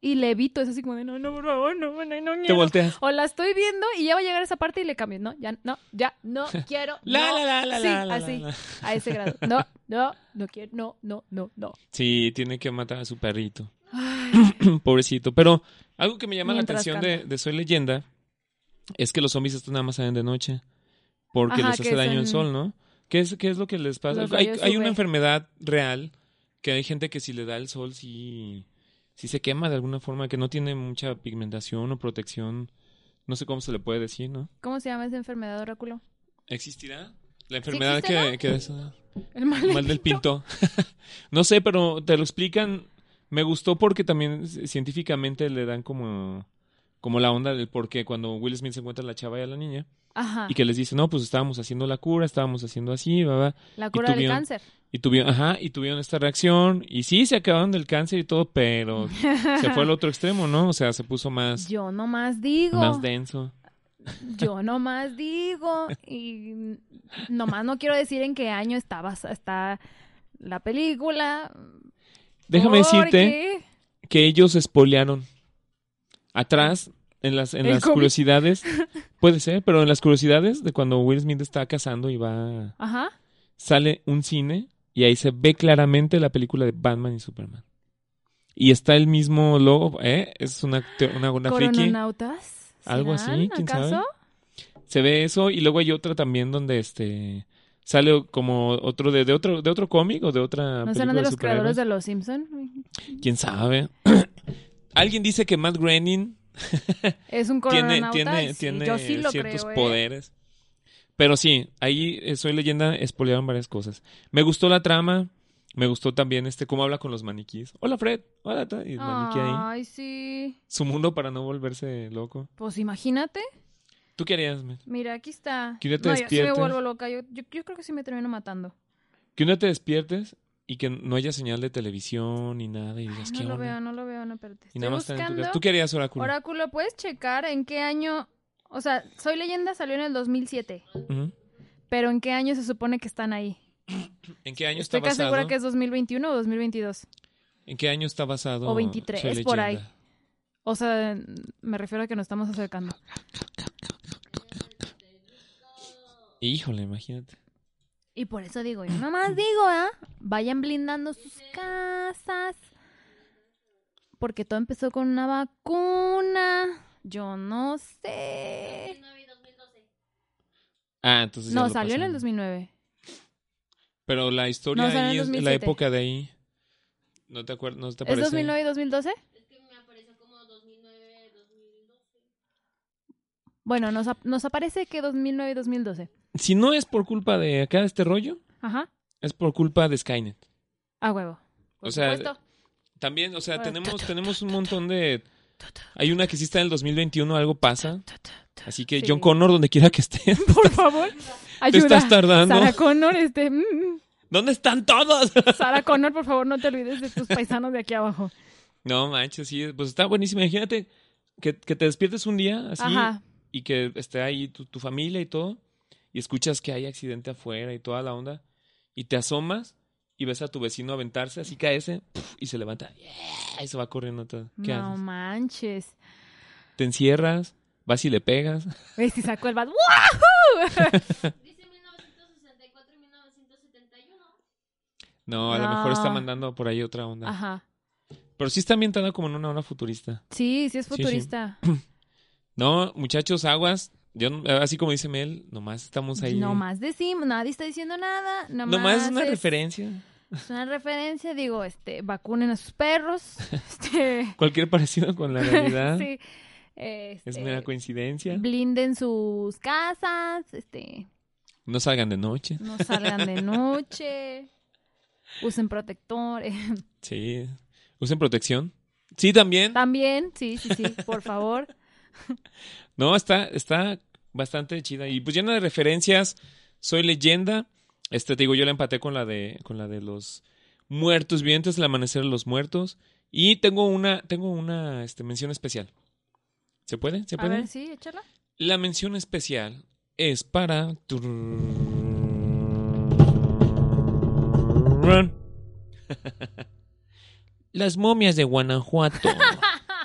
y le evito. Es así como de, no, no, por favor, no, no, no quiero. Te volteas. O la estoy viendo y ya va a llegar esa parte y le cambio. No, ya, no, ya, no quiero. La, no. la, la, la, sí, la, la, así, la, la. a ese grado. No, no, no quiero, no, no, no, no. Sí, tiene que matar a su perrito. Ay, Pobrecito. Pero algo que me llama Mientras la atención de, de Soy Leyenda es que los zombies estos nada más salen de noche. Porque Ajá, les hace que daño el son- sol, ¿no? ¿Qué es, qué es lo que les pasa? Los Hay, rayos hay U V. una enfermedad real que hay gente que si le da el sol sí, sí se quema de alguna forma, que no tiene mucha pigmentación o protección. No sé cómo se le puede decir, ¿no? ¿Cómo se llama esa enfermedad, Oráculo? ¿Existirá? La enfermedad existe, que, que es uh, El mal, mal del pinto. No sé, pero te lo explican. Me gustó porque también c- científicamente le dan como, como la onda del por qué cuando Will Smith se encuentra a la chava y a la niña Ajá, y que les dice, no, pues estábamos haciendo la cura, estábamos haciendo así, va, va. la cura del tuvieron- cáncer. Y tuvieron, ajá, y tuvieron esta reacción. Y sí, se acabaron del cáncer y todo, pero se fue al otro extremo, ¿no? O sea, se puso más, Yo nomás digo. más denso. Yo nomás digo. Y nomás no quiero decir en qué año está, basa- está la película. Déjame decirte porque- que ellos espolearon. Atrás, en las, en ¿El las cómic? curiosidades, puede ser, pero en las curiosidades de cuando Will Smith está cazando y va, Ajá. sale un cine y ahí se ve claramente la película de Batman y Superman. Y está el mismo logo, ¿eh? Es una, te- una, una friki. Corononautas. Algo ¿serán, así, quién acaso? sabe. Se ve eso y luego hay otra también donde este sale como otro de, de otro de otro cómic o de otra ¿No película serán de los creadores superhéroes. de Los Simpson? ¿Quién sabe? Alguien dice que Matt Groening Es un tiene corononauta. tiene Sí, tiene yo sí lo ciertos creo, ¿eh? poderes. Pero sí, ahí eh, Soy Leyenda espolearon varias cosas. Me gustó la trama, me gustó también este cómo habla con los maniquíes. Hola Fred, hola ta- y el maniquí ahí. Ay, sí. Su mundo para no volverse loco. Pues imagínate. ¿Tú qué harías, men? Mira, aquí está. Que un día te No, yo sí me despiertes. vuelvo loca. Yo, yo, yo creo que sí me termino matando. Que un día te despiertes y que no haya señal de televisión ni nada y digas, No ¿qué lo onda? veo, no lo veo, no, espérate. Y Estoy nada más estar en tu buscando. casa. ¿Tú qué harías, Oráculo? Oráculo, ¿puedes checar en qué año? O sea, Soy Leyenda salió en el dos mil siete. Ujú. Pero ¿en qué año se supone que están ahí? ¿En qué año Estoy está casi basado? segura que es dos mil veintiuno o dos mil veintidós. ¿En qué año está basado? O veintitrés, Soy por Leyenda? ahí. O sea, me refiero a que nos estamos acercando. Híjole, imagínate. Y por eso digo, yo nomás digo, ¿ah? Vayan blindando sus casas. Porque todo empezó con una vacuna. Yo no sé. Ah, entonces ya No, lo salió en el pasaron. dos mil nueve. Pero la historia No, salió en ahí el es dos mil la siete. época de ahí. ¿No te acuerdas? ¿No te ¿Es parece? dos mil nueve y dos mil doce? Bueno, nos, ap- nos aparece que dos mil nueve y dos mil doce. Si no es por culpa de acá este rollo, Ajá. es por culpa de Skynet. A huevo. Por O sea, supuesto. También, o sea, Ahora, tenemos, tu, tu, tenemos tu, un tu, montón de... Hay una que sí está en el dos mil veintiuno, algo pasa. Así que Sí. John Connor, donde quiera que esté, Por favor, te ayuda. estás tardando. Sarah Connor, este... mm, ¿Dónde están todos? Sarah Connor, por favor, no te olvides de tus paisanos de aquí abajo. No, manches, sí, pues está buenísimo. Imagínate que, que te despiertes un día así Ajá. y que esté ahí tu, tu familia y todo, y escuchas que hay accidente afuera y toda la onda, y te asomas y ves a tu vecino aventarse, así caerse, puf, y se levanta, yeah, y se va corriendo todo. ¿Qué No haces? manches. ¿Te encierras? ¿Vas y le pegas? ¿Ves si sacó el bat? ¡Wahoo! Dice mil novecientos sesenta y cuatro y mil novecientos setenta y uno. No, a lo No. mejor está mandando por ahí otra onda. Ajá. Pero sí está ambientada como en una onda futurista. Sí, sí es Sí, sí. futurista. No, muchachos, aguas. Yo, así como dice Mel, nomás estamos ahí. No más decimos, nadie está diciendo nada. Nomás, Nomás es una es, referencia. Es una referencia, digo, este, vacunen a sus perros. Este, Cualquier parecido con la realidad sí. Este, es mera coincidencia. blinden sus casas, este, No salgan de noche. no salgan de noche, usen protectores. Sí. Usen protección. Sí, también. También, sí, sí, sí, por favor. No, está, está bastante chida. Y pues llena de referencias. Soy Leyenda. Este, te digo, yo la empaté con la de, con la de los muertos vivientes, el amanecer de los muertos. Y tengo una, tengo una este, mención especial. ¿Se puede? ¿Se A puede? ver, sí, échala. La mención especial es para... Las momias de Guanajuato.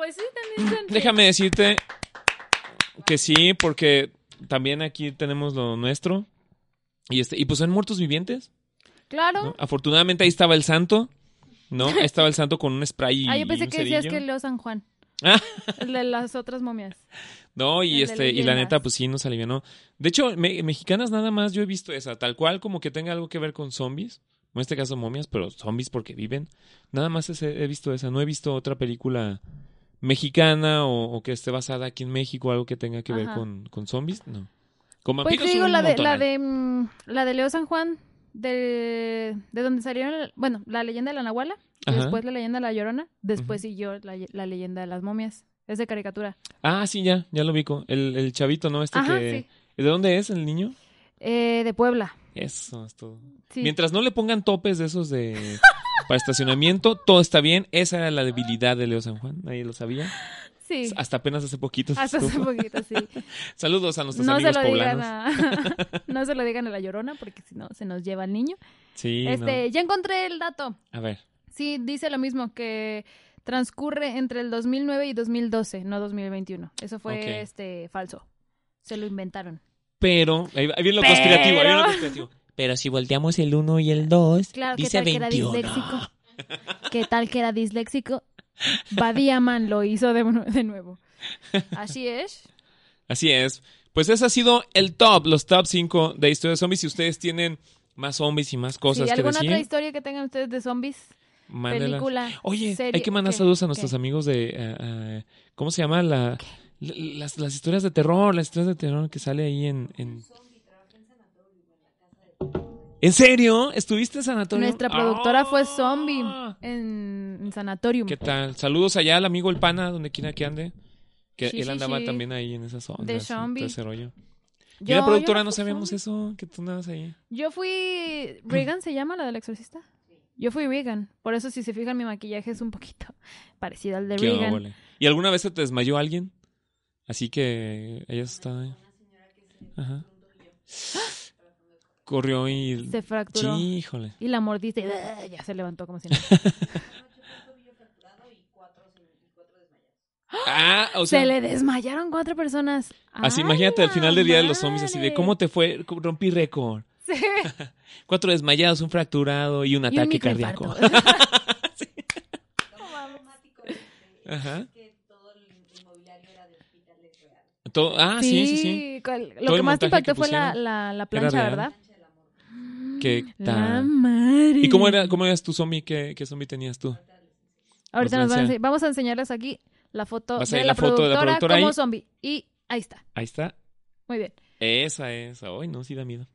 Pues sí, también son... Déjame decirte que sí, porque también aquí tenemos lo nuestro. Y este y pues son muertos vivientes. Claro. ¿No? Afortunadamente ahí estaba el santo, ¿no? Ahí estaba el santo con un spray y Ah, yo pensé un que decías cerillo. que Leo San Juan. Ah. El de las otras momias. No, y El de este y la leyendas. neta, pues sí, nos alivianó. De hecho, me- mexicanas nada más yo he visto esa, tal cual como que tenga algo que ver con zombies. En este caso momias, pero zombies porque viven. Nada más ese- he visto esa. No he visto otra película mexicana o, o que esté basada aquí en México, algo que tenga que ver Ajá. con, con zombies. No. Con Pues vampiros te digo, un la de, la montonal. de mm, la de Leo San Juan, de, de donde salieron, bueno, la leyenda de la Nahuala, y Ajá. después la leyenda de la Llorona, después Ujú. siguió la, la leyenda de las momias. Es de caricatura. Ah, sí, ya, ya lo ubico. El, el chavito, ¿no? Este Ajá, que... sí. ¿De dónde es el niño? Eh, de Puebla. Eso es todo. Sí. Mientras no le pongan topes de esos de para estacionamiento, todo está bien. Esa era la debilidad de Leo San Juan. Nadie lo sabía. Sí. Hasta apenas hace poquito. se Hasta hace supo. poquito, sí. Saludos a nuestros No se amigos lo digan poblanos. a... no se lo digan a la Llorona, porque si no, se nos lleva el niño. Sí, Este, ya encontré el dato. no. A ver. Sí, dice lo mismo, que transcurre entre el dos mil nueve y dos mil doce, no dos mil veintiuno. Eso fue Ok. este falso. Se lo inventaron. Pero, ahí, ahí viene lo Pero- conspirativo, ahí viene lo conspirativo. Pero si volteamos el uno y el dos, Claro, dice ¿qué tal que era veintiuno. disléxico? ¿Qué tal que era disléxico? Badiaman lo hizo de, de nuevo. Así es. Así es. Pues ese ha sido el top, los top cinco de historia de zombies. Si ustedes tienen más zombies y más cosas Sí, que ¿alguna decir, otra historia que tengan ustedes de zombies? mándenlas. Película, Oye, serie, hay que mandar ¿qué? saludos a nuestros ¿Qué? amigos de... eh, eh, ¿cómo se llama? La, la- las, las historias de terror, las historias de terror que sale ahí en... ¿En, ¿En serio? ¿Estuviste en sanatorio? Nuestra productora ¡Ah! fue zombie en, en Sanatorium. ¿Qué tal? Saludos allá al amigo el pana, donde quiera que ande. Que Sí, él sí, andaba sí. también ahí en esa zona. De así, zombie. todo ese rollo. Y Yo- la yo productora no no fui sabíamos zombie. eso, que tú andabas ahí. Yo fui... ¿Regan se llama la del exorcista? Yo fui Regan. Por eso, si se fijan, mi maquillaje es un poquito parecido al de Qué Regan. óvole. ¿Y alguna vez se te desmayó alguien? Así que ella estaba ahí. Ajá. Corrió y... Se fracturó. Sí, híjole. Y la mordiste y ¡ah! Ya se levantó como si nada. Ah, o sea... Se le desmayaron cuatro personas. Así, ¡Ay, imagínate al final del Día de los madre! Zombies, así de ¿cómo te fue? Rompí récord. Sí. Cuatro desmayados, un fracturado y un Y un ataque microinfarto. cardíaco. Ajá. Todo- ah, sí, sí, sí. cual- Todo Lo que el más te montaje que impactó fue la, pusieron la, la plancha, real. ¿verdad? ¿Qué La tal? madre. ¿Y cómo era, cómo eras tu zombie? ¿Qué, qué zombie tenías tú? Ahorita Nos nos van a enseña. ense- vamos a enseñarles aquí la foto ¿Vas a de ir la, la foto de la productora productora como ahí? zombie. Y ahí está. Ahí está. Muy bien. Esa, esa. Ay, no, sí da miedo.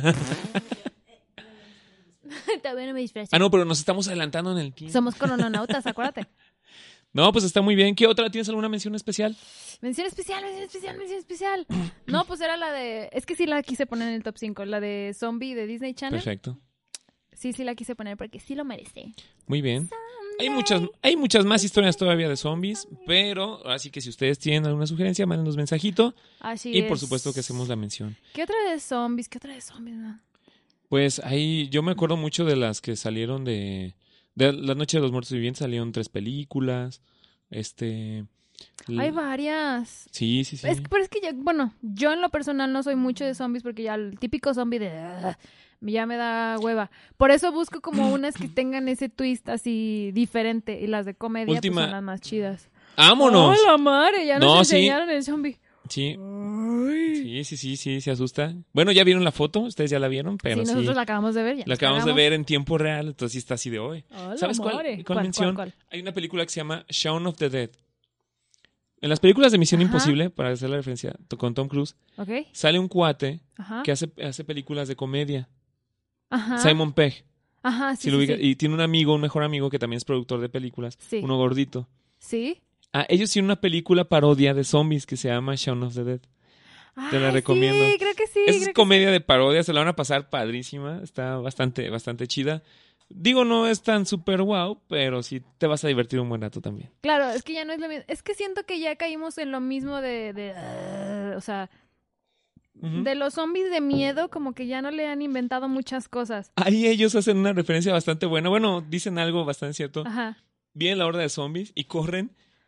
Todavía no me disfrazé. Ah, no, pero nos estamos adelantando en el tiempo. Somos corononautas, acuérdate. No, pues está muy bien. ¿Qué otra? ¿Tienes alguna mención especial? Mención especial, mención especial, mención especial. No, pues era la de... Es que sí la quise poner en el top cinco. La de Zombie de Disney Channel. Perfecto. Sí, sí la quise poner porque sí lo merece. Muy bien. Hay muchas, hay muchas más historias todavía de zombies, pero así que si ustedes tienen alguna sugerencia, mándenos mensajito Así y es. por supuesto que hacemos la mención. ¿Qué otra de zombies? ¿Qué otra de zombies? No? Pues ahí yo me acuerdo mucho de las que salieron de, de La Noche de los Muertos Vivientes, salieron tres películas. Este l- Hay varias. Sí, sí, sí. Es que, pero es que ya, bueno, yo en lo personal no soy mucho de zombies porque ya el típico zombie de... "Ugh", ya me da hueva. Por eso busco como unas que tengan ese twist así diferente y las de comedia Última- pues son las más chidas. ¡Vámonos! ¡Oh, la madre! Ya nos No, sí. enseñaron el zombie. Sí. Sí, sí, sí, sí, se asusta. Bueno, ya vieron la foto, ustedes ya la vieron, pero sí, sí. nosotros la acabamos de ver. Ya La nos acabamos de cagamos. ver en tiempo real, entonces sí está así de hoy. ¡Oh, la ¿Sabes cuál, madre! cuál mención? cuál? Hay una película que se llama Shaun of the Dead. En las películas de Misión Ajá. Imposible, para hacer la referencia to- con Tom Cruise, Ok. sale un cuate Ajá. que hace, hace películas de comedia. Ajá. Simon Pegg. Ajá, si sí, lo sí, ubica- sí. Y tiene un amigo, un mejor amigo que también es productor de películas. Sí. Uno gordito. ¿Sí? Ah, ellos tienen una película parodia de zombies que se llama Shaun of the Dead. Te la Ay, recomiendo. Sí, creo que sí. Esa creo es que comedia de parodia, se la van a pasar padrísima. Está bastante, bastante chida. Digo, no es tan super wow, pero sí te vas a divertir un buen rato también. Claro, es que ya no es lo mismo. Es que siento que ya caímos en lo mismo de... de ah, o sea, Ujú. de los zombies de miedo, como que ya no le han inventado muchas cosas. Ahí ellos hacen una referencia bastante buena. Bueno, dicen algo bastante cierto. Ajá. Viene la horda de zombies y corren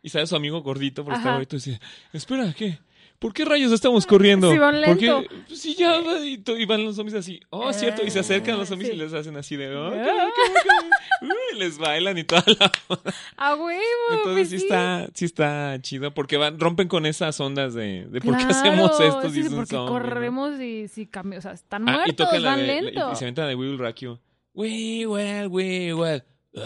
Y sale su amigo gordito, porque Ajá. está gordito, y dice, espera, ¿qué? ¿Por qué rayos estamos corriendo? Sí, van ¿Por qué? lento. Pues sí, ya, va, y, to- y van los zombies así. Oh, es cierto. Y se acercan los zombies Sí. y les hacen así de, oh, qué, qué, qué. Uy, les bailan y toda la... A huevo, Entonces pues sí, sí. está, sí está chido, porque van, rompen con esas ondas de, de por qué Claro, hacemos esto si sí, es un porque zombie, ¿no? corremos y si cambia, o sea, están Ah, y muertos, tocan la van de, la- lento. y se aventan de We Will Rock You. We will, we will.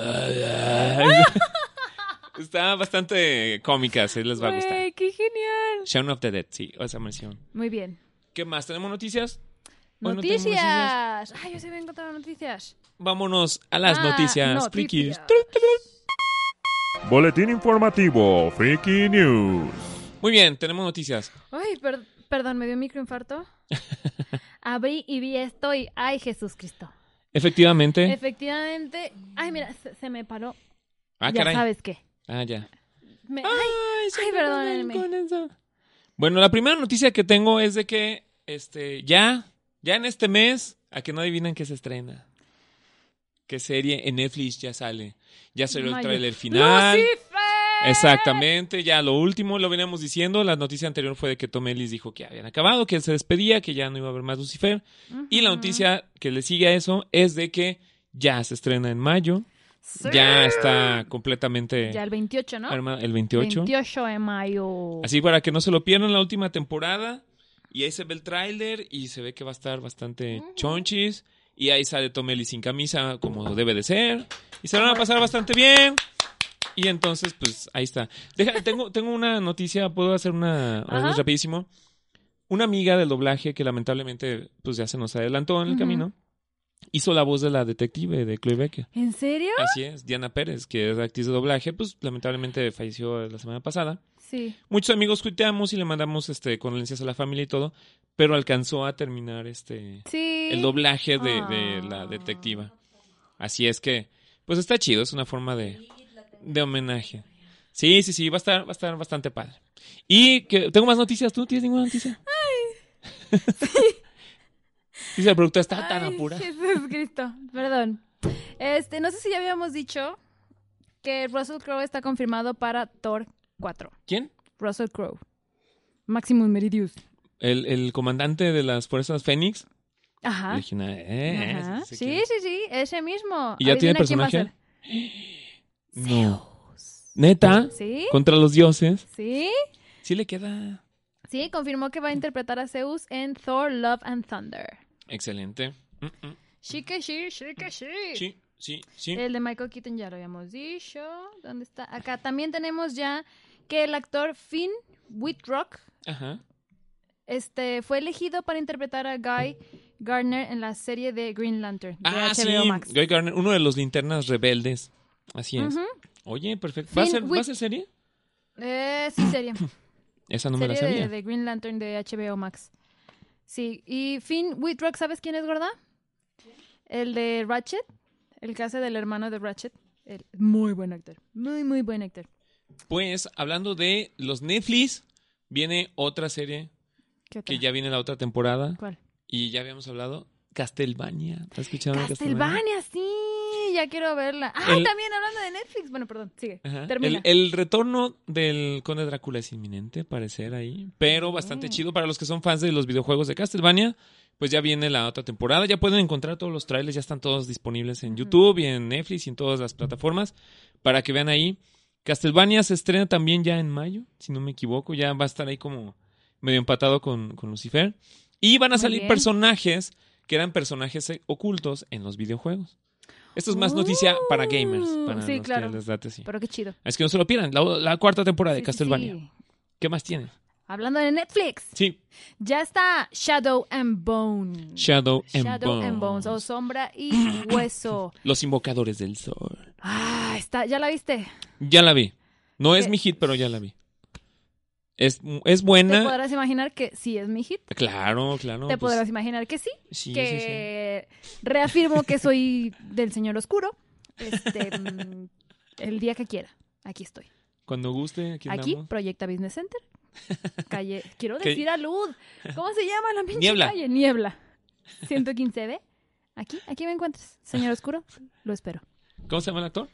Está bastante cómica, se les va a gustar. Güey, qué genial. Shaun of the Dead, sí, esa versión. Muy bien. ¿Qué más? ¿Tenemos noticias? ¿Hoy no tenemos Noticias. Ay, yo se había encontrado noticias. Vámonos a las Ah, noticias, noticias. frikis. Boletín informativo, Freaky News. Muy bien, tenemos noticias. Ay, per- perdón, me dio un microinfarto. Abrí y vi esto y... Ay, Jesús Cristo. Efectivamente. Efectivamente... Ay, mira, se, se me paró. ah, ya caray. sabes qué. Ah, ya. Me- Ay, ay, se ay, me perdónenme. con eso. Bueno, la primera noticia que tengo es de que este ya, ya en este mes, a que no adivinan qué se estrena. ¿Qué serie en Netflix ya sale? Ya salió el Mayo. tráiler final. ¡Lucifer! Exactamente, ya lo último lo veníamos diciendo. La noticia anterior fue de que Tom Ellis dijo que habían acabado, que él se despedía, que ya no iba a haber más Lucifer. Y la Ujú. noticia que le sigue a eso es de que ya se estrena en mayo. Sí. Ya está completamente Ya el veintiocho, ¿no? armada el veintiocho. veintiocho de mayo. Así para que no se lo pierdan la última temporada. Y ahí se ve el tráiler y se ve que va a estar bastante chonchis. Y ahí sale Tom Ellis sin camisa como debe de ser. Y se van a pasar bastante bien. Y entonces, pues, ahí está. Deja, tengo, tengo una noticia, puedo hacer una algo Ajá. rapidísimo. Una amiga del doblaje que lamentablemente pues ya se nos adelantó en el Ujú. camino. Hizo la voz de la detective de Chloe Becker. ¿En serio? Así es, Diana Pérez, que es actriz de doblaje, pues lamentablemente falleció la semana pasada. Sí. Muchos amigos tuiteamos y le mandamos este condolencias a la familia y todo, pero alcanzó a terminar este Sí. el doblaje de, de Ah. la detectiva. Así es que, pues está chido, es una forma de, de homenaje. Sí, sí, sí, va a estar, va a estar bastante padre. Y que tengo más noticias, ¿tú tienes ninguna noticia? Ay. Dice el productor, está tan Ay, apura. Jesús Cristo. Perdón. Este, no sé si ya habíamos dicho que Russell Crowe está confirmado para Thor cuatro. ¿Quién? Russell Crowe. Maximus Meridius. El, el comandante de las fuerzas Fénix. Ajá. Original, ¿eh? Ajá. Ese Sí, quién es. sí, sí, ese mismo. ¿Y ya tiene Adivina quién va a personaje? ser. No. ¿Neta? ¿Sí? ¿Contra los dioses? ¿Sí? Sí le queda. Sí, confirmó que va a interpretar a Zeus en Thor, Love and Thunder. Excelente. Mm, mm. Sí que sí, sí que sí. Sí, sí, sí. El de Michael Keaton ya lo habíamos dicho. ¿Dónde está? Acá también tenemos ya que el actor Finn Wittrock Ajá. este, fue elegido para interpretar a Guy Gardner en la serie de Green Lantern de Ah, H B O sí. Max. Guy Gardner, uno de los linternas rebeldes. Así es. Ujú. Oye, perfecto. ¿Va a, Finn ser, ¿Va a Whit- ser serie? Eh, sí, serie. Esa no me la serie sabía. de, de Green Lantern de H B O Max. Sí, y Finn Wittrock, ¿sabes quién es, gorda? El de Ratchet, el que hace del hermano de Ratchet. El- muy buen actor, muy, muy buen actor. Pues, hablando de los Netflix, viene otra serie ¿Qué otra? que ya viene la otra temporada. ¿Cuál? Y ya habíamos hablado. Castlevania. ¿Has escuchado de Castlevania, sí, ya quiero verla. Ah, El- también hablando de Netflix. Bueno, perdón, sigue. Ajá. Termina. El, el retorno del Conde Drácula es inminente, parecer ahí, pero bastante Mm. chido para los que son fans de los videojuegos de Castlevania. Pues ya viene la otra temporada, ya pueden encontrar todos los trailers, ya están todos disponibles en YouTube y en Netflix y en todas las plataformas para que vean ahí. Castlevania se estrena también ya en mayo, si no me equivoco, ya va a estar ahí como medio empatado con, con Lucifer. Y van a Muy salir bien. personajes que eran personajes eh, ocultos en los videojuegos. Esto es más Uh, noticia para gamers, para sí, los claro. que les date así. Pero qué chido. Es que no se lo pierdan. La, la cuarta temporada de Sí, sí, Castlevania. sí. ¿Qué más tiene? Hablando de Netflix, Sí. ya está Shadow and Bone. Shadow and Shadow Bones. and Bones, o Sombra y Hueso. Los Invocadores del Sol. Ah, está, ¿ya la viste? Ya la vi. No es ¿Qué? mi hit, pero ya la vi. Es, es Te buena. podrás imaginar que sí es mi hit. Claro, claro. Te pues, podrás imaginar que sí. sí, sí, sí. que reafirmo que soy del Señor Oscuro. Este, mm, el día que quiera. Aquí estoy. Cuando guste, aquí, Aquí, andamos. Proyecta Business Center. Calle, quiero Que- decir a Luz. ¿Cómo se llama la pinche Niebla. calle? Niebla. ciento quince B. Aquí, aquí me encuentras. Señor Oscuro, lo espero. ¿Cómo se llama el actor?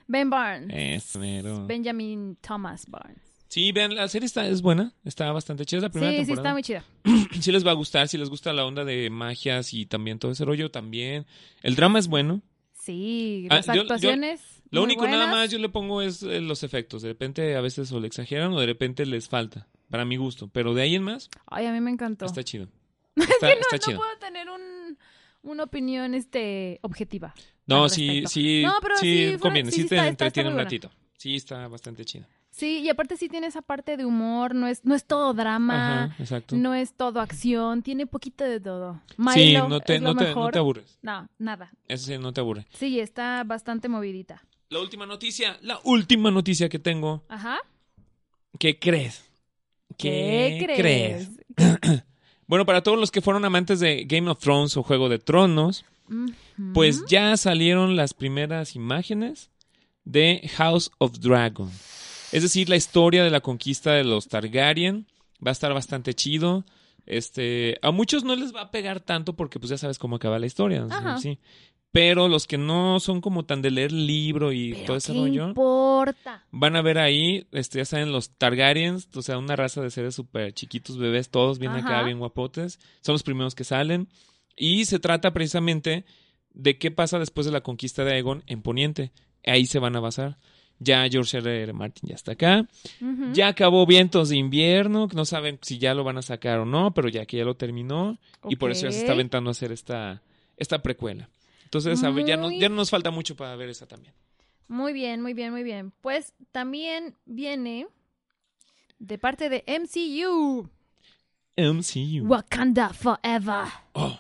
Ben Barnes. Eso, mero. Benjamin Thomas Barnes. Sí, vean, la serie está, es buena, está bastante chida. Es la primera Sí, sí, está temporada. muy chida. Sí les va a gustar, si les gusta la onda de magias y también todo ese rollo, también. El drama es bueno. Sí, Ah, las yo- yo- actuaciones. Lo muy único nada buenas. más yo le pongo es eh, los efectos. De repente a veces o le exageran o de repente les falta, para mi gusto. Pero de ahí en más, Ay, a mí me encantó. está chido. Está, está no chido. puedo tener un, una opinión este objetiva. No, al sí, respecto. sí, No, pero sí, sí, fuera- conviene. sí, Sí, sí te está- está- entretiene está un muy ratito. Sí, está bastante chido. Sí, y aparte sí tiene esa parte de humor, no es, no es todo drama, Ajá, exacto. no es todo acción, tiene poquito de todo. Sí, Milo no te, es lo no, te, mejor. no te aburres. No, nada. Eso sí, no te aburre. Sí, está bastante movidita. La última noticia, la última noticia que tengo. Ajá. ¿Qué crees? ¿Qué, crees? Bueno, para todos los que fueron amantes de Game of Thrones o Juego de Tronos, Ujú. pues ya salieron las primeras imágenes de House of Dragon. Es decir, la historia de la conquista de los Targaryen va a estar bastante chido. Este, a muchos no les va a pegar tanto porque pues ya sabes cómo acaba la historia, Ajá. sí. Pero los que no son como tan de leer el libro y Pero todo ese ¿qué rollo, importa? van a ver ahí, este, ya saben, los Targaryens, o sea, una raza de seres súper chiquitos, bebés, todos bien acá, Ajá. bien guapotes. Son los primeros que salen. Y se trata precisamente de qué pasa después de la conquista de Aegon en Poniente. Ahí se van a basar. Ya George R R. Martin ya está acá. Ujú. Ya acabó Vientos de Invierno, que no saben si ya lo van a sacar o no, pero ya que ya lo terminó. Y por eso ya se está Ok. aventando a hacer esta, esta precuela. Entonces, a ver, ya, no, Muy- ya no nos falta mucho para ver esa también. Muy bien, muy bien, muy bien. Pues también viene de parte de M C U. M C U. Wakanda Forever. Oh,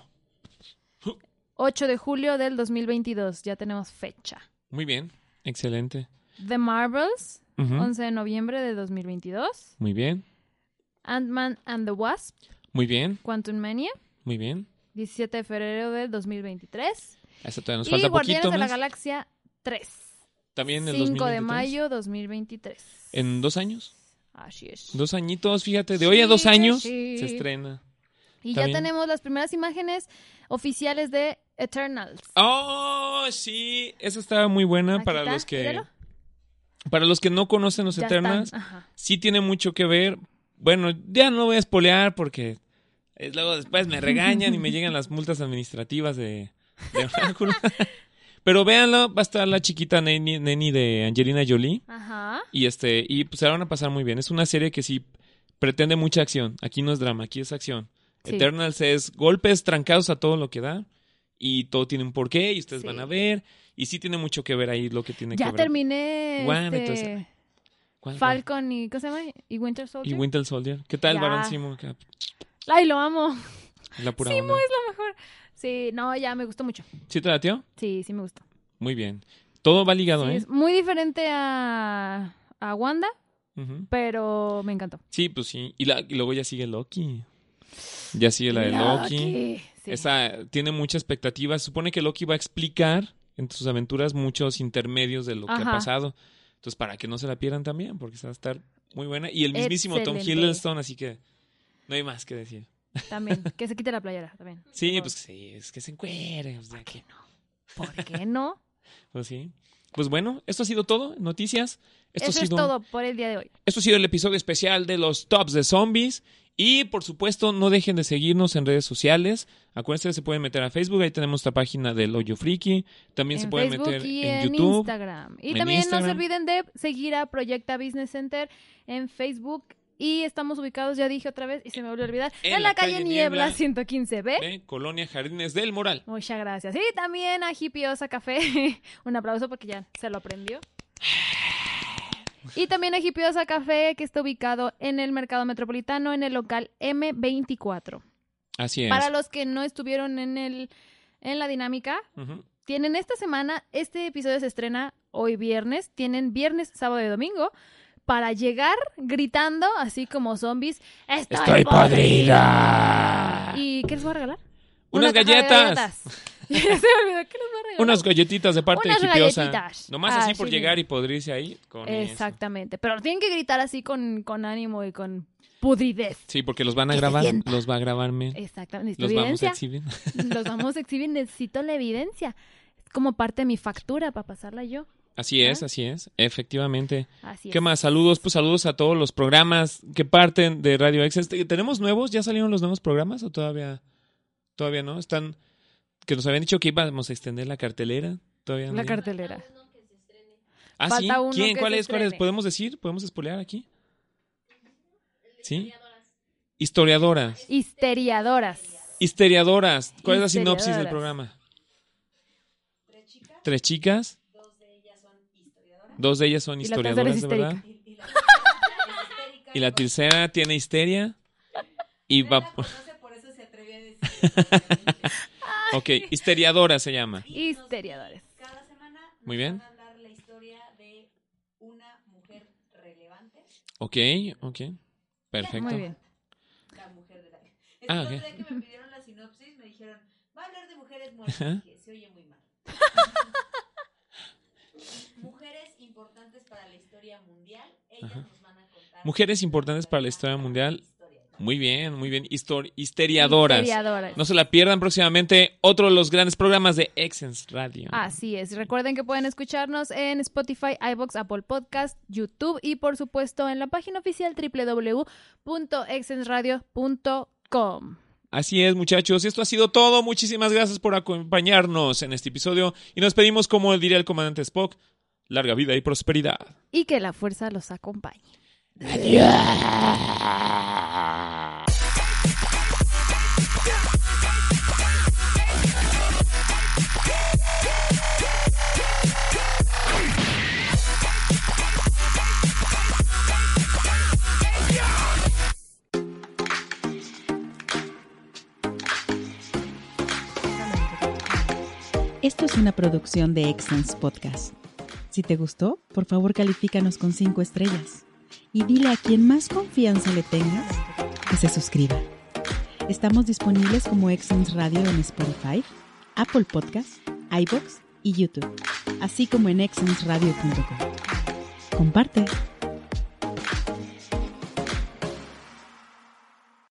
ocho de julio del dos mil veintidós. Ya tenemos fecha. muy bien, excelente. The Marvels. Ujú, once de noviembre de dos mil veintidós. muy bien, Ant-Man and the Wasp. muy bien, Quantum Mania. muy bien. diecisiete de febrero del dos mil veintitrés. A esa todavía nos Y falta Guardianes poquito de la más. Galaxia tres. También el cinco de dos mil veintitrés. mayo dos mil veintitrés. En dos años, Así es. dos añitos, fíjate, de hoy a dos Sí, años sí. se estrena. Y Está ya bien. tenemos las primeras imágenes oficiales de Eternals. Oh, sí, esa estaba muy buena Aquí para está, los que míralo. para los que no conocen los Ya Eternals. están, ajá. Sí tiene mucho que ver. Bueno, ya no voy a spoilear porque eh, luego después me regañan y me llegan las multas administrativas de, de Oráculo. Pero véanlo, va a estar la chiquita neni, neni de Angelina Jolie Ajá. y este y pues se la van a pasar muy bien. Es una serie que sí pretende mucha acción. Aquí no es drama, aquí es acción. Sí. Eternals es golpes trancados a todo lo que da y todo tiene un porqué y ustedes Sí. van a ver y sí tiene mucho que ver ahí lo que tiene Ya que ver. terminé Juan, este, entonces, ¿Cuál, cuál? Falcon y ¿cómo se llama? Y Winter Y Soldier. Winter Soldier. ¿Qué tal, Ya. Barón Simo? Que- Ay, lo amo. La pura Simo onda. es lo mejor. Sí, no, ya me gustó mucho. ¿Sí te latió? Sí, sí me gustó. Muy bien. Todo va ligado, Sí, ¿eh? es muy diferente a, a Wanda, Ujú. pero me encantó. Sí, pues sí. Y, la, y luego ya sigue Loki. Ya sigue la de Loki. Sí. Esa tiene mucha expectativa. Se supone que Loki va a explicar en sus aventuras muchos intermedios de lo que Ajá. ha pasado. Entonces, para que no se la pierdan también, porque se va a estar muy buena. Y el mismísimo Tom Excelente. Hiddleston, así que no hay más que decir. También, que se quite la playera también. Sí, Por pues sí, es que se encuere. O sea, que, favor. ¿Por qué no? pues sí. Pues bueno, esto ha sido todo. Noticias. Esto Eso ha sido... es todo por el día de hoy. Esto ha sido el episodio especial de los tops de zombies. Y por supuesto, no dejen de seguirnos en redes sociales. Acuérdense que se pueden meter a Facebook. Ahí tenemos esta página del Hoyo Friki. También se En pueden Facebook meter y en, en YouTube. Instagram. Y en también no Instagram. se olviden de seguir a Proyecta Business Center en Facebook. Y estamos ubicados, ya dije otra vez, y se me volvió a olvidar, En en, la la calle, calle Niebla, Niebla. ciento quince B. De Colonia Jardines del Moral. Muchas gracias. Y también a Hipiosa Café. Un aplauso porque ya se lo aprendió. Y también a Hipiosa Café, que está ubicado en el Mercado Metropolitano, en el local eme veinticuatro. Así es. Para los que no estuvieron en el en la dinámica, Ujú. tienen esta semana, este episodio se estrena hoy viernes, tienen viernes, sábado y domingo, para llegar gritando, así como zombies, ¡Estoy, ¡Estoy podrida! podrida! ¿Y qué les voy a regalar? ¡Unas Una caja de galletas! Ya se me olvidó, ¿qué les voy a regalar? Unas galletitas de parte Unas de Hipiosa. galletitas. Nomás así Ah, por sí, llegar mira. y podrirse ahí con eso. Exactamente, pero tienen que gritar así con, con ánimo y con pudridez. Sí, porque los van a Que se grabar. sienta. Los va a grabarme. Exactamente, necesito Los vamos a evidencia. exhibir. Los vamos a exhibir, necesito la evidencia. Es como parte de mi factura para pasarla yo. Así es, así es, efectivamente. Así ¿Qué es. más? Saludos, pues saludos a todos los programas que parten de Radio Excel. ¿Tenemos nuevos? ¿Ya salieron los nuevos programas o todavía todavía no? Están que nos habían dicho que íbamos a extender la cartelera. Todavía no. La cartelera. Ah, Falta sí. uno ¿Quién? que ¿Cuáles? se ¿Cuáles? estrene. ¿Podemos decir? ¿Podemos spoilear aquí? ¿Sí? Historiadoras. Histeriadoras. Histeriadoras. ¿Cuál es la sinopsis del Histeriadoras. programa? Tres chicas. Dos de ellas son Y la tercera historiadoras, es de verdad. Y la tercera tiene histeria. Y va. Por eso se atrevió a decir. Ok, histeriadora se llama. Histeriadores. Cada semana nos Muy bien. van a hablar la historia de una mujer relevante. Ok, ok. Perfecto. Muy bien. La mujer de la... Es que Ah, el otro ok. día que me pidieron la sinopsis, me dijeron, va a hablar de mujeres muertas. Ajá. Dije, se oye muy mal. Mujeres importantes para la historia mundial. Ellas Ajá. nos van a contar. Mujeres importantes para la historia mundial. Muy bien, muy bien. Histori- histeriadoras. Histeriadoras. No se la pierdan próximamente. Otro de los grandes programas de Excellence Radio. Así es. Recuerden que pueden escucharnos en Spotify, iVoox, Apple Podcast, YouTube y por supuesto en la página oficial doble u doble u doble u punto excellence radio punto com. Así es, muchachos. Esto ha sido todo. Muchísimas gracias por acompañarnos en este episodio. Y nos pedimos, como diría el comandante Spock, larga vida y prosperidad. Y que la fuerza los acompañe. Esto es una producción de Excellence Podcast. Si te gustó, por favor califícanos con cinco estrellas. Y dile a quien más confianza le tengas que se suscriba. Estamos disponibles como Excellence Radio en Spotify, Apple Podcasts, iVoox y YouTube, así como en excellence radio punto com. Comparte.